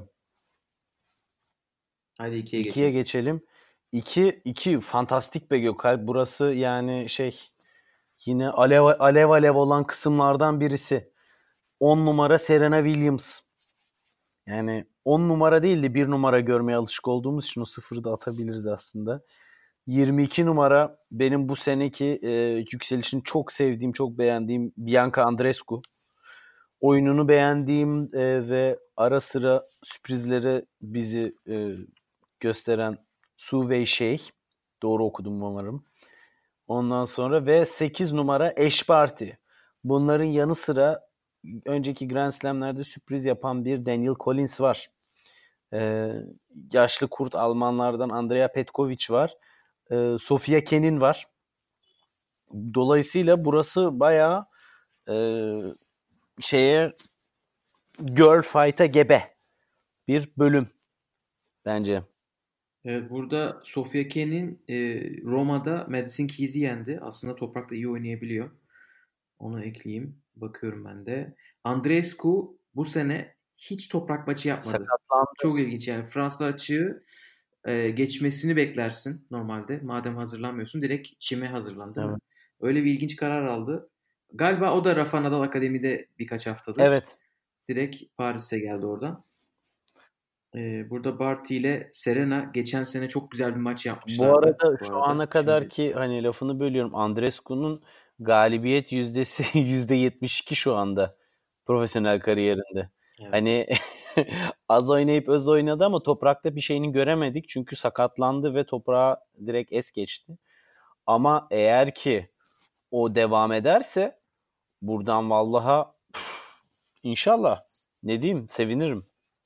Hadi ikiye ikiye geçelim. geçelim. iki iki fantastik be Gökalp. Burası yani şey, yine alev alev alev olan kısımlardan birisi. on numara Serena Williams. Yani on numara değil de bir numara görmeye alışık olduğumuz için o sıfırı da atabiliriz aslında. yirmi iki numara benim bu seneki e, yükselişini çok sevdiğim, çok beğendiğim Bianca Andreescu. Oyununu beğendiğim e, ve ara sıra sürprizlere bizi e, gösteren Su Weisheng. Doğru okudum umarım. Ondan sonra ve sekiz numara Ash Barty. Bunların yanı sıra önceki Grand Slam'lerde sürpriz yapan bir Daniel Collins var. Ee, yaşlı kurt Almanlardan Andrea Petkovic var. Ee, Sofia Kenin var. Dolayısıyla burası bayağı e, şeye girl fight'a gebe bir bölüm bence. Evet, burada Sofia Kenin e, Roma'da Madison Keys'i yendi. Aslında toprakta iyi oynayabiliyor. Onu ekleyeyim. Bakıyorum ben de. Andreescu bu sene hiç toprak maçı yapmadı. Sakatlandı. Çok ilginç yani. Fransa açığı e, geçmesini beklersin normalde. Madem hazırlanmıyorsun, direkt çime hazırlan, değil mi? Evet. Öyle bir ilginç karar aldı. Galiba o da Rafa Nadal Akademi'de birkaç haftadır. Evet. Direkt Paris'e geldi oradan. Ee, burada Barty ile Serena geçen sene çok güzel bir maç yapmışlardı. Bu arada bu şu arada. ana kadar Şimdi ki hani lafını bölüyorum, Andreescu'nun galibiyet yüzdesi yüzde yetmiş iki şu anda profesyonel kariyerinde. evet. Hani az oynayıp öz oynadı ama toprakta bir şeyini göremedik çünkü sakatlandı ve toprağa direkt es geçti. Ama eğer ki o devam ederse buradan vallaha inşallah, ne diyeyim, sevinirim.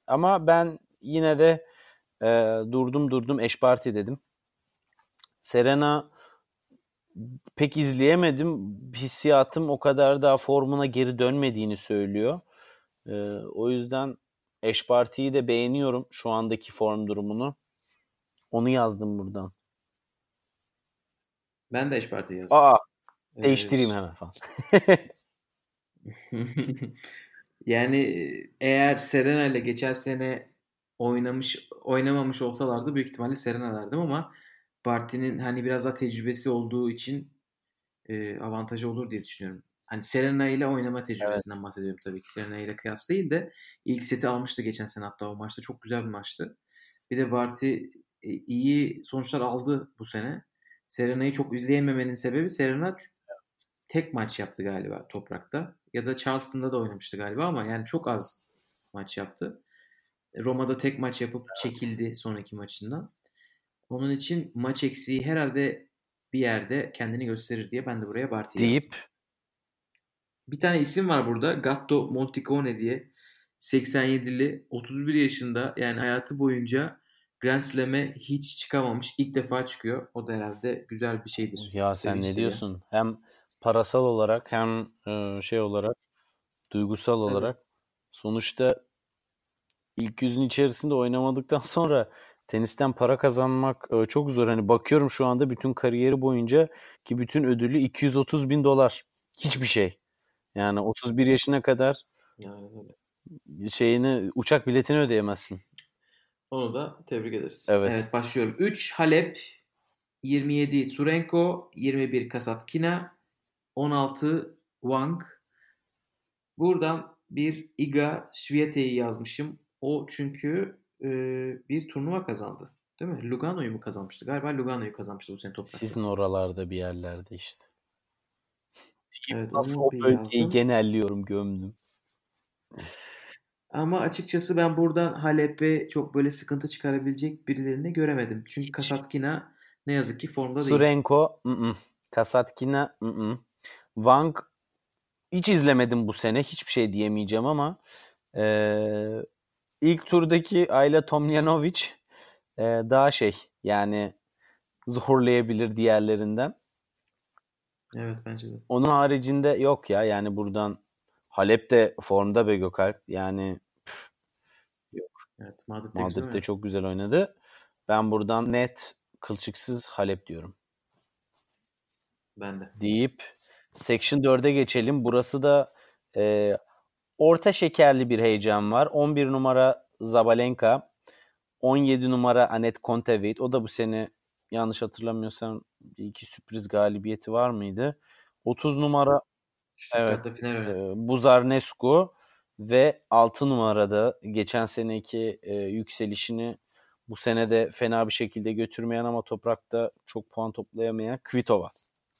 Ama ben yine de e, durdum durdum eşparti dedim. Serena pek izleyemedim. Hissiyatım o kadar daha formuna geri dönmediğini söylüyor. E, o yüzden eşpartiyi de beğeniyorum şu andaki form durumunu. Onu yazdım buradan. Ben de eşparti yazdım. Aa, Ee, değiştireyim hemen falan. Yani eğer Serena ile geçen sene oynamış oynamamış olsalardı büyük ihtimalle Serena derdim ama Barty'nin hani biraz daha tecrübesi olduğu için e, avantajı olur diye düşünüyorum. Hani Serena ile oynama tecrübesinden Evet. bahsediyorum tabii ki. Serena ile kıyas değil de ilk seti almıştı geçen sene hatta o maçta. Çok güzel bir maçtı. Bir de Barty e, iyi sonuçlar aldı bu sene. Serena'yı çok izleyememenin sebebi Serena tek maç yaptı galiba toprakta. Ya da Charleston'da da oynamıştı galiba ama yani çok az maç yaptı. Roma'da tek maç yapıp çekildi sonraki maçından. Onun için maç eksiği herhalde bir yerde kendini gösterir diye ben de buraya Barty'yi yazdım. Deyip Bir tane isim var burada. Gatto Monticone diye. seksen yedili, otuz bir yaşında yani hayatı boyunca Grand Slam'e hiç çıkamamış. İlk defa çıkıyor. O da herhalde güzel bir şeydir. ya sen ne Sevinçtir ya. diyorsun? Hem parasal olarak hem e, şey olarak duygusal Tabii. olarak sonuçta ilk yüzün içerisinde oynamadıktan sonra tenisten para kazanmak e, çok zor. Hani bakıyorum şu anda bütün kariyeri boyunca ki bütün ödülü iki yüz otuz bin dolar. Hiçbir şey. Yani otuz bir yaşına kadar Yani öyle. şeyini uçak biletini ödeyemezsin. Onu da tebrik ederiz. Evet. Evet başlıyorum. üç Halep, yirmi yedi Tsurenko, yirmi bir Kasatkina, on altı Wang. Buradan bir Iga Swiatek'i yazmışım. O çünkü e, bir turnuva kazandı. Değil mi? Lugano'yu mu kazanmıştı? Galiba Lugano'yu kazanmıştı bu sene toprakta. Sizin oralarda bir yerlerde işte. Evet Nasıl onu o bir bölgeyi yazdım. genelliyorum, gömdüm. Ama açıkçası ben buradan Halep'e çok böyle sıkıntı çıkarabilecek birilerini göremedim. Çünkü Kasatkina ne yazık ki formda değil. Tsurenko, ı-ı. Kasatkina, ı-ı. Wang hiç izlemedim bu sene. Hiçbir şey diyemeyeceğim ama eee, ilk turdaki Ayla Tomljanovic eee, daha şey yani zorlayabilir diğerlerinden. Evet bence de. Onun haricinde yok ya yani buradan Halep de formda be Gökalp. Yani Evet Madrid'de güzel Madrid'de oynadı. çok güzel oynadı. Ben buradan net kılçıksız Halep diyorum. Ben de. Deyip Section dörde geçelim. Burası da e, orta şekerli bir heyecan var. on bir numara Zabalenka, on yedi numara Anet Kontaveit. O da bu sene yanlış hatırlamıyorsam bir iki sürpriz galibiyeti var mıydı? otuz numara Stuttgart'ta evet final e, oynadı. Buzarnescu ve altı numarada geçen seneki e, yükselişini bu sene de fena bir şekilde götürmeyen ama toprakta çok puan toplayamayan Kvitova.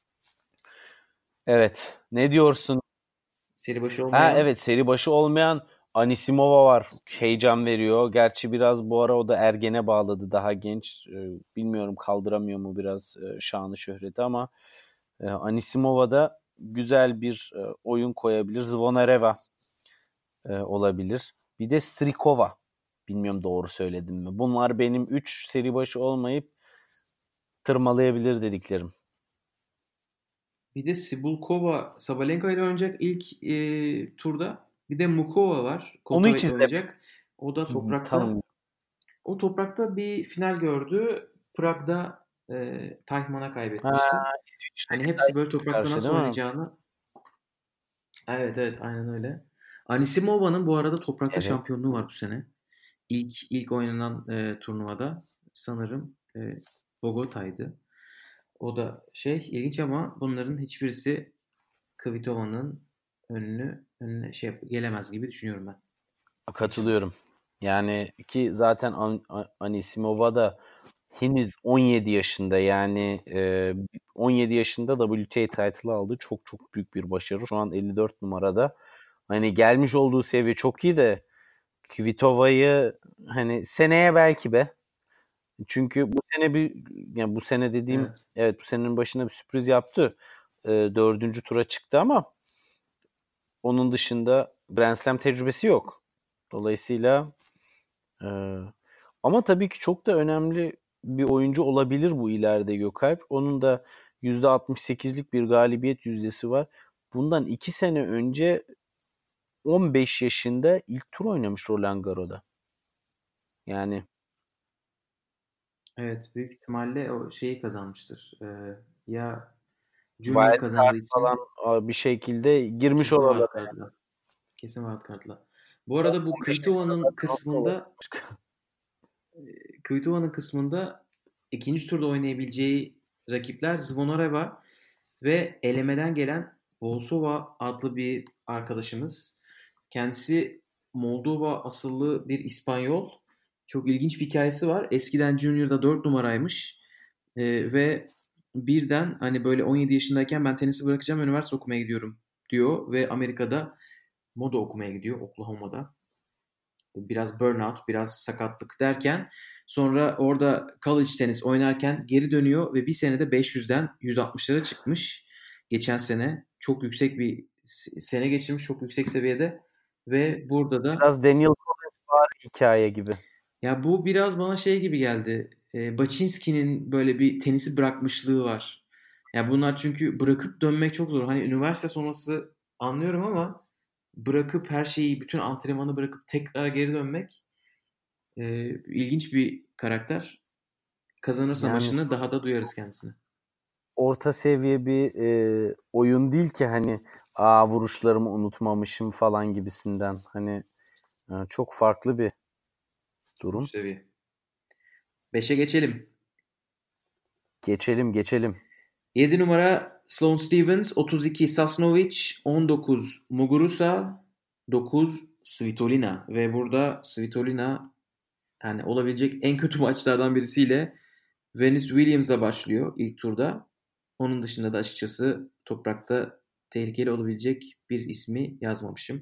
Evet. Ne diyorsun? Seri başı Ha olmayan evet, seri başı olmayan Anisimova var. Heyecan veriyor. Gerçi biraz bu ara o da ergene bağladı. Daha genç. Ee, bilmiyorum kaldıramıyor mu biraz e, şanı şöhreti ama e, Anisimova da güzel bir e, oyun koyabilir. Zvonareva e, olabilir. Bir de Strikova. Bilmiyorum doğru söyledim mi? Bunlar benim üç seri başı olmayıp tırmalayabilir dediklerim. bir de Sibulkova Sabalenka ile oynayacak ilk e, turda. Bir de Mukova var. Onu Kontaveit hiç ile izlemedim. oynayacak. O da toprakta. Tanım. O toprakta bir final gördü. Prag'da e, Teichmann'a Ha, kaybetmişti. Hani hepsi böyle toprakta karşı nasıl değil mi? oynayacağını. Evet evet aynen öyle. Anisimova'nın bu arada toprakta Evet. şampiyonluğu var bu sene. İlk ilk oynanan e, turnuvada sanırım e, Bogota'ydı. O da şey ilginç ama bunların hiçbirisi Kvitova'nın önünü önüne şey yap- gelemez gibi düşünüyorum ben. Katılıyorum. Geçemez. Yani ki zaten An- An- Anisimova da henüz on yedi yaşında yani e, on yedi yaşında W T A title'ı aldı. Çok çok büyük bir başarı. Şu an elli dört numarada. Hani gelmiş olduğu seviye çok iyi de Kvitova'yı hani seneye belki be. Çünkü bu sene bir yani bu sene dediğim Evet. evet bu senenin başında bir sürpriz yaptı. E, dördüncü tura çıktı ama onun dışında Grand Slam tecrübesi yok. Dolayısıyla Ee, ama tabii ki çok da önemli bir oyuncu olabilir bu ileride Gökalp. Onun da yüzde altmış sekizlik bir galibiyet yüzdesi var. Bundan iki sene önce on beş yaşında ilk tur oynamış Roland Garros'da. Yani Evet, büyük ihtimalle o şeyi kazanmıştır. Ee, ya Junior wild kazandığı card için falan bir şekilde girmiş kesin oralara. wildcard'la. Kesin wildcard'la. Bu arada bu Kvitoova'nın Nasıl olabilir kısmında başka? Kvitoova'nın kısmında ikinci turda oynayabileceği rakipler Zvonareva ve elemeden gelen Bolsova adlı bir arkadaşımız. Kendisi Moldova asıllı bir İspanyol. Çok ilginç bir hikayesi var. Eskiden Junior'da dört numaraymış. Ee, ve birden hani böyle on yedi yaşındayken ben tenisi bırakacağım, üniversite okumaya gidiyorum diyor ve Amerika'da moda okumaya gidiyor, Oklahoma'da. Biraz burnout, biraz sakatlık derken sonra orada college tenis oynarken geri dönüyor ve bir senede beş yüzden yüz altmışlara çıkmış. Geçen sene çok yüksek bir sene geçirmiş, çok yüksek seviyede ve burada da Biraz Daniel Collins var hikaye gibi. ya bu biraz bana şey gibi geldi. E, Baczynski'nin böyle bir tenisi bırakmışlığı var. Ya bunlar çünkü bırakıp dönmek çok zor. Hani üniversite sonrası anlıyorum ama bırakıp her şeyi, bütün antrenmanı bırakıp tekrar geri dönmek e, ilginç bir karakter. Kazanırsa Yani maçını daha da duyarız kendisini. orta seviye bir e, oyun değil ki hani aa vuruşlarımı unutmamışım falan gibisinden. Hani e, çok farklı bir Bu durum. seviye. beşe geçelim. Geçelim geçelim. yedi numara Sloane Stevens, otuz iki Sasnovic, on dokuz Muguruza, dokuz Svitolina ve burada Svitolina yani olabilecek en kötü maçlardan birisiyle Venus Williams'la başlıyor ilk turda. Onun dışında da açıkçası toprakta tehlikeli olabilecek bir ismi yazmamışım.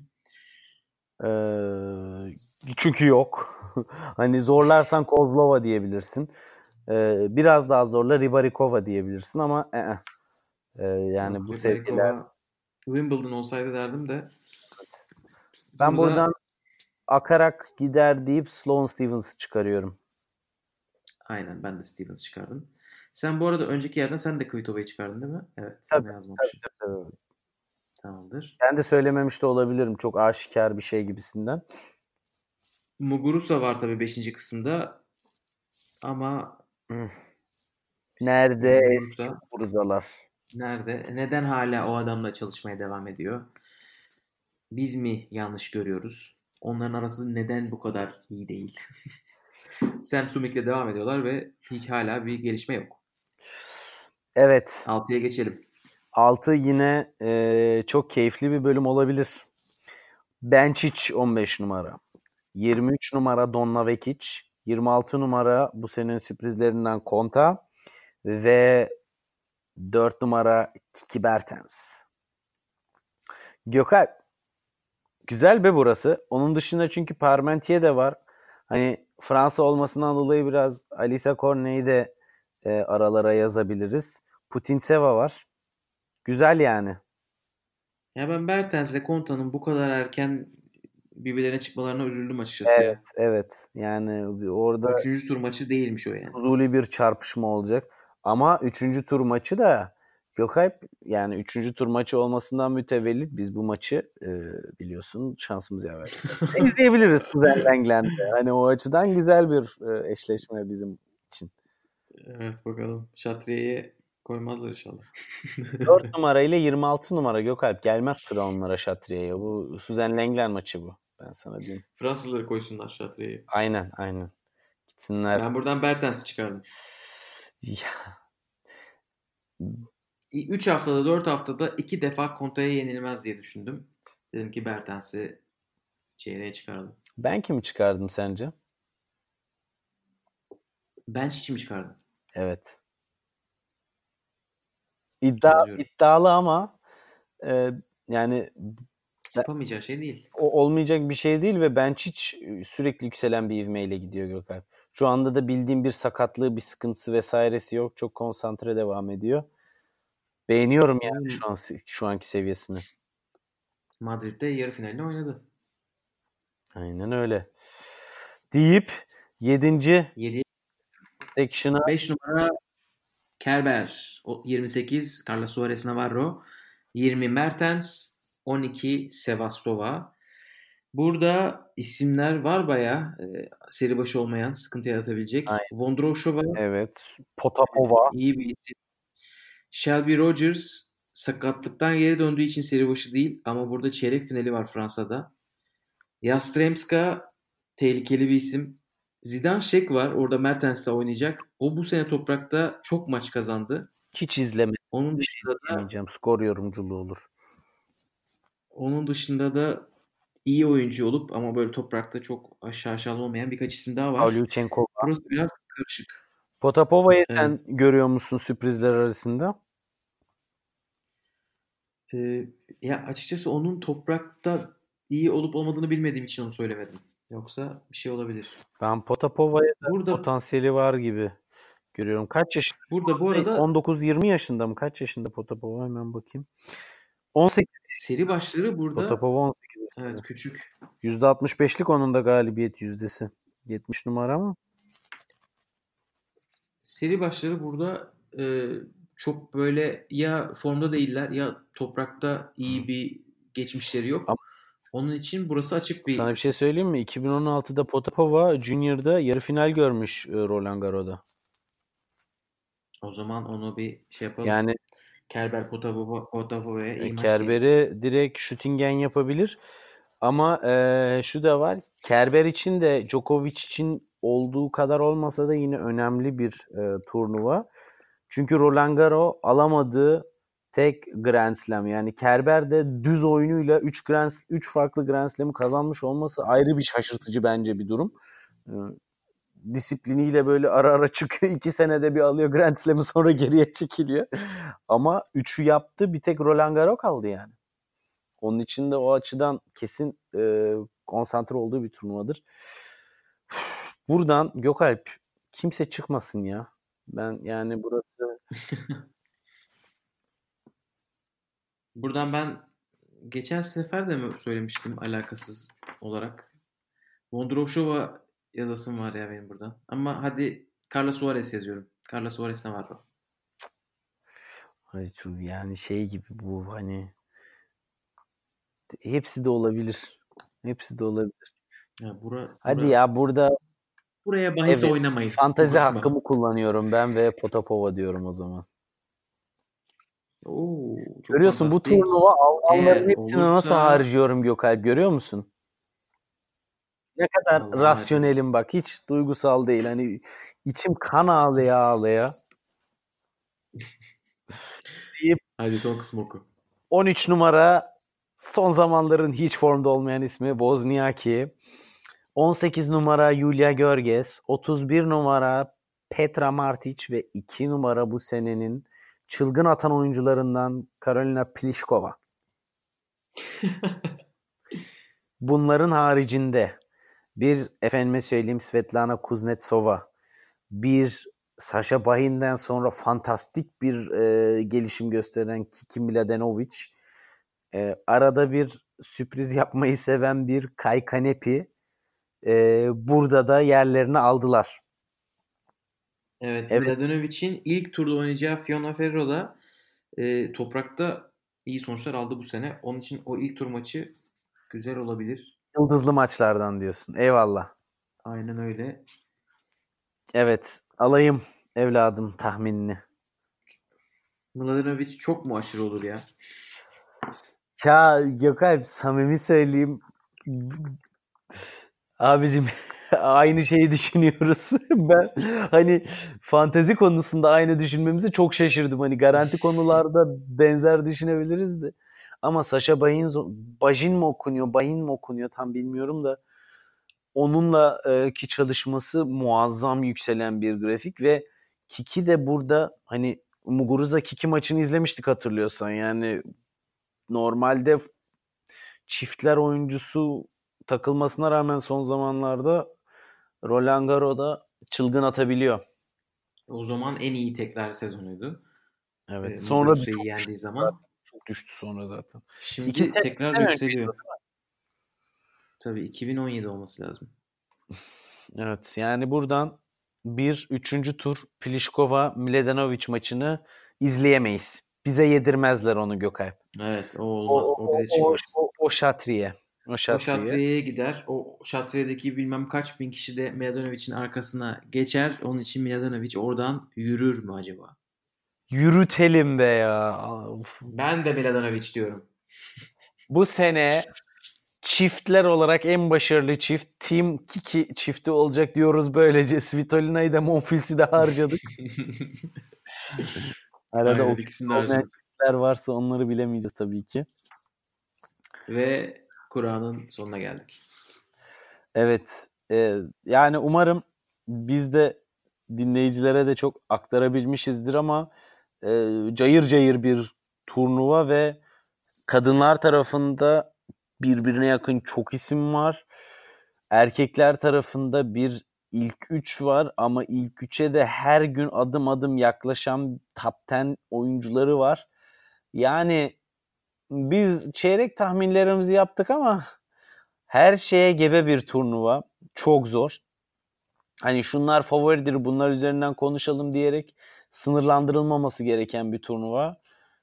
Ee, çünkü yok. Hani zorlarsan Kozlova diyebilirsin. Ee, biraz daha zorla Ribarikova diyebilirsin ama e, e. Ee, yani Yok, bu seviyeler. Ribarikova Wimbledon olsaydı derdim de Ben burada buradan akarak gider deyip Sloane Stevens'ı çıkarıyorum. aynen ben de Stevens çıkardım. Sen bu arada önceki yerden sen de Kvitova'yı çıkardın değil mi? Evet, Tabii, sana tabii, yazmamışım. tabii, tabii. Tamamdır. Ben de söylememiş de olabilirim. Çok aşikar bir şey gibisinden. Muguruza var tabii beşinci kısımda ama Nerede yani eski Muguruza Muguruzalar? nerede? Neden hala o adamla çalışmaya devam ediyor? Biz mi yanlış görüyoruz? Onların arası neden bu kadar iyi değil? Sam Sumik'le devam ediyorlar ve hiç hala bir gelişme yok. Evet. altıya geçelim. altı yine e, çok keyifli bir bölüm olabilir. Benčić on beş numara. yirmi üç numara Donna Vekic. yirmi altı numara bu senenin sürprizlerinden Konta. Ve dört numara Kiki Bertens. Gökalp. Güzel be burası. Onun dışında çünkü Parmentier de var. Hani Fransa olmasından dolayı biraz Alisa Cornet'i de e, aralara yazabiliriz. Putintseva var. Güzel yani. Ya ben Bertens'le Konta'nın bu kadar erken birbirlerine çıkmalarına üzüldüm açıkçası Evet, ya. evet. Yani orada Üçüncü tur maçı değilmiş o yani. fuzuli bir çarpışma olacak. Ama üçüncü tur maçı da Gökalp yani üçüncü tur maçı olmasından mütevellit biz bu maçı e, biliyorsun şansımız yaver gider. İzleyebiliriz Kuzen Lenglen'de. Hani o açıdan güzel bir e, eşleşme bizim için. Evet bakalım. Şatriye'ye koymazlar inşallah. dört numara ile yirmi altı numara Gökalp gelmez sıra onlara Şatriye'ye. Bu Suzen Lenglen maçı bu. Ben sana diyeyim. Fransızları koysunlar Şatriye'ye. Aynen aynen. Gitsinler. Ben buradan Bertens'i çıkardım. Ya, üç haftada dört haftada iki defa Konta'ya yenilmez diye düşündüm. Dedim ki Bertens'i çeyreğe çıkaralım. ben kimi çıkardım sence? Ben hiç mi çıkardım? Evet. İddia, Yazıyorum. iddialı ama e, yani Yapamayacağı şey değil. o olmayacak bir şey değil ve ben hiç sürekli yükselen bir ivmeyle gidiyor Gökalp. Şu anda da bildiğim bir sakatlığı, bir sıkıntısı vesairesi yok. Çok konsantre devam ediyor. Beğeniyorum yani şu an şu anki seviyesini. Madrid'de yarı finalini oynadı. Aynen öyle. deyip yedinci yedi section'a beş numara Kerber, o yirmi sekiz Carlos Suarez Navarro, yirmi Mertens, on iki Sevastova. Burada isimler var bayağı e, seri başı olmayan, sıkıntı yaratabilecek. Aynen. Vondrousova evet Potapova iyi bir isim. Shelby Rogers sakatlıktan geri döndüğü için seri başı değil ama burada çeyrek finali var Fransa'da. Yastremska tehlikeli bir isim. Zidane Şek var. Orada Mertens'le oynayacak. O bu sene toprakta çok maç kazandı. hiç izlemedim. Onun dışında da Demeyeceğim. Skor yorumculuğu olur. onun dışında da iyi oyuncu olup ama böyle toprakta çok aşağı aşağı olmayan birkaç isim daha var. Pavlyuchenkova. Burası biraz karışık. Potapova'yı sen Evet. görüyor musun sürprizler arasında? Ee, ya açıkçası onun toprakta iyi olup olmadığını bilmediğim için onu söylemedim. Yoksa bir şey olabilir. Ben Potapova'ya da Burada potansiyeli var gibi görüyorum. Kaç yaşında? burada bu arada on dokuz yirmi yaşında mı? Kaç yaşında Potapova? Hemen bakayım. on sekiz. seri başları burada Potapova on sekiz yaşında. evet küçük. yüzde altmış beşlik onun da galibiyet yüzdesi. yetmiş numara mı? Seri başları burada e, çok böyle ya formda değiller ya toprakta iyi bir geçmişleri yok. Ama Onun için burası açık bir sana bir şey söyleyeyim mi? iki bin on altıda Potapova Junior'da yarı final görmüş e, Roland Garros'da. O zaman onu bir şey yapalım. Yani Kerber Potapova, Potapova'ya iyi e, maç diyelim. Kerber'i direkt Schüttingen yapabilir. Ama e, şu da var. Kerber için de Djokovic için olduğu kadar olmasa da yine önemli bir e, turnuva. Çünkü Roland Garros alamadığı tek Grand Slam. Yani Kerber de düz oyunuyla üç Grand üç farklı Grand Slam'ı kazanmış olması ayrı bir şaşırtıcı bence bir durum. E, disipliniyle böyle ara ara çıkıyor. iki senede bir alıyor Grand Slam'ı, sonra geriye çekiliyor. Ama üçü yaptı. Bir tek Roland Garros kaldı yani. Onun için de o açıdan kesin e, konsantre olduğu bir turnuvadır. Buradan Gökalp kimse çıkmasın ya. Ben yani burası Buradan ben geçen sefer de mi söylemiştim alakasız olarak. Vondrousova yazasım var ya benim buradan. Ama hadi Carlos Suarez yazıyorum. Carlos Suarez Navarro. Ay, şu yani şey gibi bu hani hepsi de olabilir. Hepsi de olabilir. Ya bura, Hadi bura- ya burada buraya bahis evet, oynamayın. Bu fantezi kısma. hakkımı kullanıyorum ben ve Potapova diyorum o zaman. Oo, çok Görüyorsun bu fantastik. turnuva Almanların Eğer hepsini nasıl olursa harcıyorum Gökalp, görüyor musun? Ne kadar Vallahi rasyonelim bak, hiç duygusal değil. Hani içim kan ağlaya ağlaya. deyip hadi son kısmı oku. on üç numara son zamanların hiç formda olmayan ismi Wozniacki. on sekiz numara Julia Görges. otuz bir numara Petra Martic ve iki numara bu senenin çılgın atan oyuncularından Karolina Pliskova. Bunların haricinde bir efendime söyleyeyim Svetlana Kuznetsova, bir Sasha Bahin'den sonra fantastik bir e, gelişim gösteren Kiki Mladenovic, e, arada bir sürpriz yapmayı seven bir Kai Kanepi e, burada da yerlerini aldılar. Evet, Evet. Mladenovic'in ilk turda oynayacağı Fiona Ferro da e, toprakta iyi sonuçlar aldı bu sene. Onun için o ilk tur maçı güzel olabilir. Yıldızlı maçlardan diyorsun. Eyvallah. Aynen öyle. Evet. Alayım evladım tahminini. Mladenovic çok mu aşırı olur ya? Ya Gökalp, samimi söyleyeyim. Abicim aynı şeyi düşünüyoruz. Ben hani fantezi konusunda aynı düşünmemize çok şaşırdım. Hani garanti konularda benzer düşünebiliriz de. Ama Sasha Bayin, Bajin mi okunuyor, Bayin mi okunuyor tam bilmiyorum da onunla e, ki çalışması muazzam yükselen bir grafik ve Kiki de burada hani Muguruza Kiki maçını izlemiştik hatırlıyorsan. Yani normalde çiftler oyuncusu takılmasına rağmen son zamanlarda Roland Garros'da çılgın atabiliyor. O zaman en iyi tekrar sezonuydu. Evet. Ee, Sonra Muguruza'yı çok yendiği düştü zaman. zaten. Çok düştü sonra zaten. Şimdi İki tekrar sene yükseliyor. Tabii iki bin on yedi olması lazım. Evet, yani buradan bir üçüncü tur Pliskova Mladenovic maçını izleyemeyiz. Bize yedirmezler onu Gökay. Evet, o O, olmaz. O o, bize o, çıkmaz. o, o şatriye. O O şatriye. şatriyeye gider. O şatriyedeki bilmem kaç bin kişi de Mladenovic'in arkasına geçer. Onun için Mladenovic oradan yürür mü acaba? Yürütelim be ya. Of. Ben de Mladenovic diyorum. Bu sene çiftler olarak en başarılı çift Team Kiki çifti olacak diyoruz böylece. Svitolina'yı da Monfils'i de harcadık. Arada Aynen, o ikisini de olmayan harcadık. çiftler varsa onları bilemeyeceğiz tabii ki. Ve Kur'an'ın sonuna geldik. Evet. E, yani umarım biz de dinleyicilere de çok aktarabilmişizdir ama e, cayır cayır bir turnuva ve kadınlar tarafında birbirine yakın çok isim var. Erkekler tarafında bir ilk üç var ama ilk üçe de her gün adım adım yaklaşan top on oyuncuları var. Yani biz çeyrek tahminlerimizi yaptık ama her şeye gebe bir turnuva. Çok zor. Hani şunlar favoridir, bunlar üzerinden konuşalım diyerek sınırlandırılmaması gereken bir turnuva.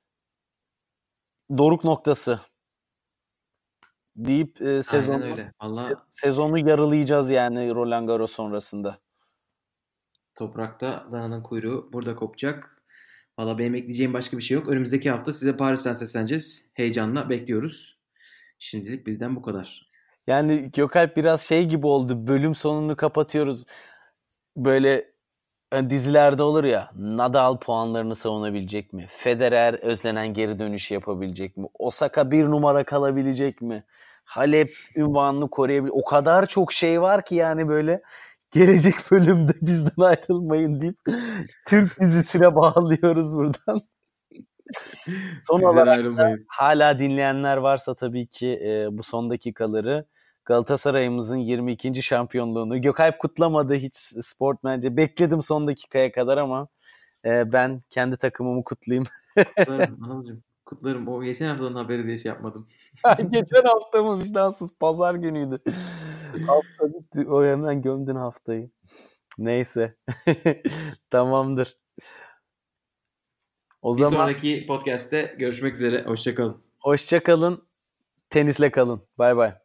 Doruk noktası deyip e, Aynen sezonu öyle. Allah sezonu yarılayacağız yani Roland Garros sonrasında. toprakta dananın kuyruğu burada kopacak. Valla benim ekleyeceğim başka bir şey yok. Önümüzdeki hafta size Paris'ten sesleneceğiz. Heyecanla bekliyoruz. Şimdilik bizden bu kadar. Yani Gökalp biraz şey gibi oldu. Bölüm sonunu kapatıyoruz. Böyle hani dizilerde olur ya. Nadal puanlarını savunabilecek mi? Federer özlenen geri dönüşü yapabilecek mi? Osaka bir numara kalabilecek mi? Halep ünvanını koruyabilecek. O kadar çok şey var ki yani böyle gelecek bölümde bizden ayrılmayın deyip Türk dizisine bağlıyoruz buradan. Son Bizden olarak da ayrılmayın. hala dinleyenler varsa tabii ki e, bu son dakikaları Galatasaray'ımızın yirmi ikinci şampiyonluğunu Gökalp kutlamadı hiç sportmence. Bekledim son dakikaya kadar ama e, ben kendi takımımı kutlayayım. Kutlarım Anılcığım. Kutlarım. O geçen haftanın haberi diye şey yapmadım. Geçen hafta mı vicdansız pazar günüydü. Hafta bitti. O hemen gömdün haftayı. Neyse. Tamamdır. O Bir zaman sonraki podcast'te görüşmek üzere. Hoşça kalın. hoşça kalın. Tenisle kalın. Bay bay.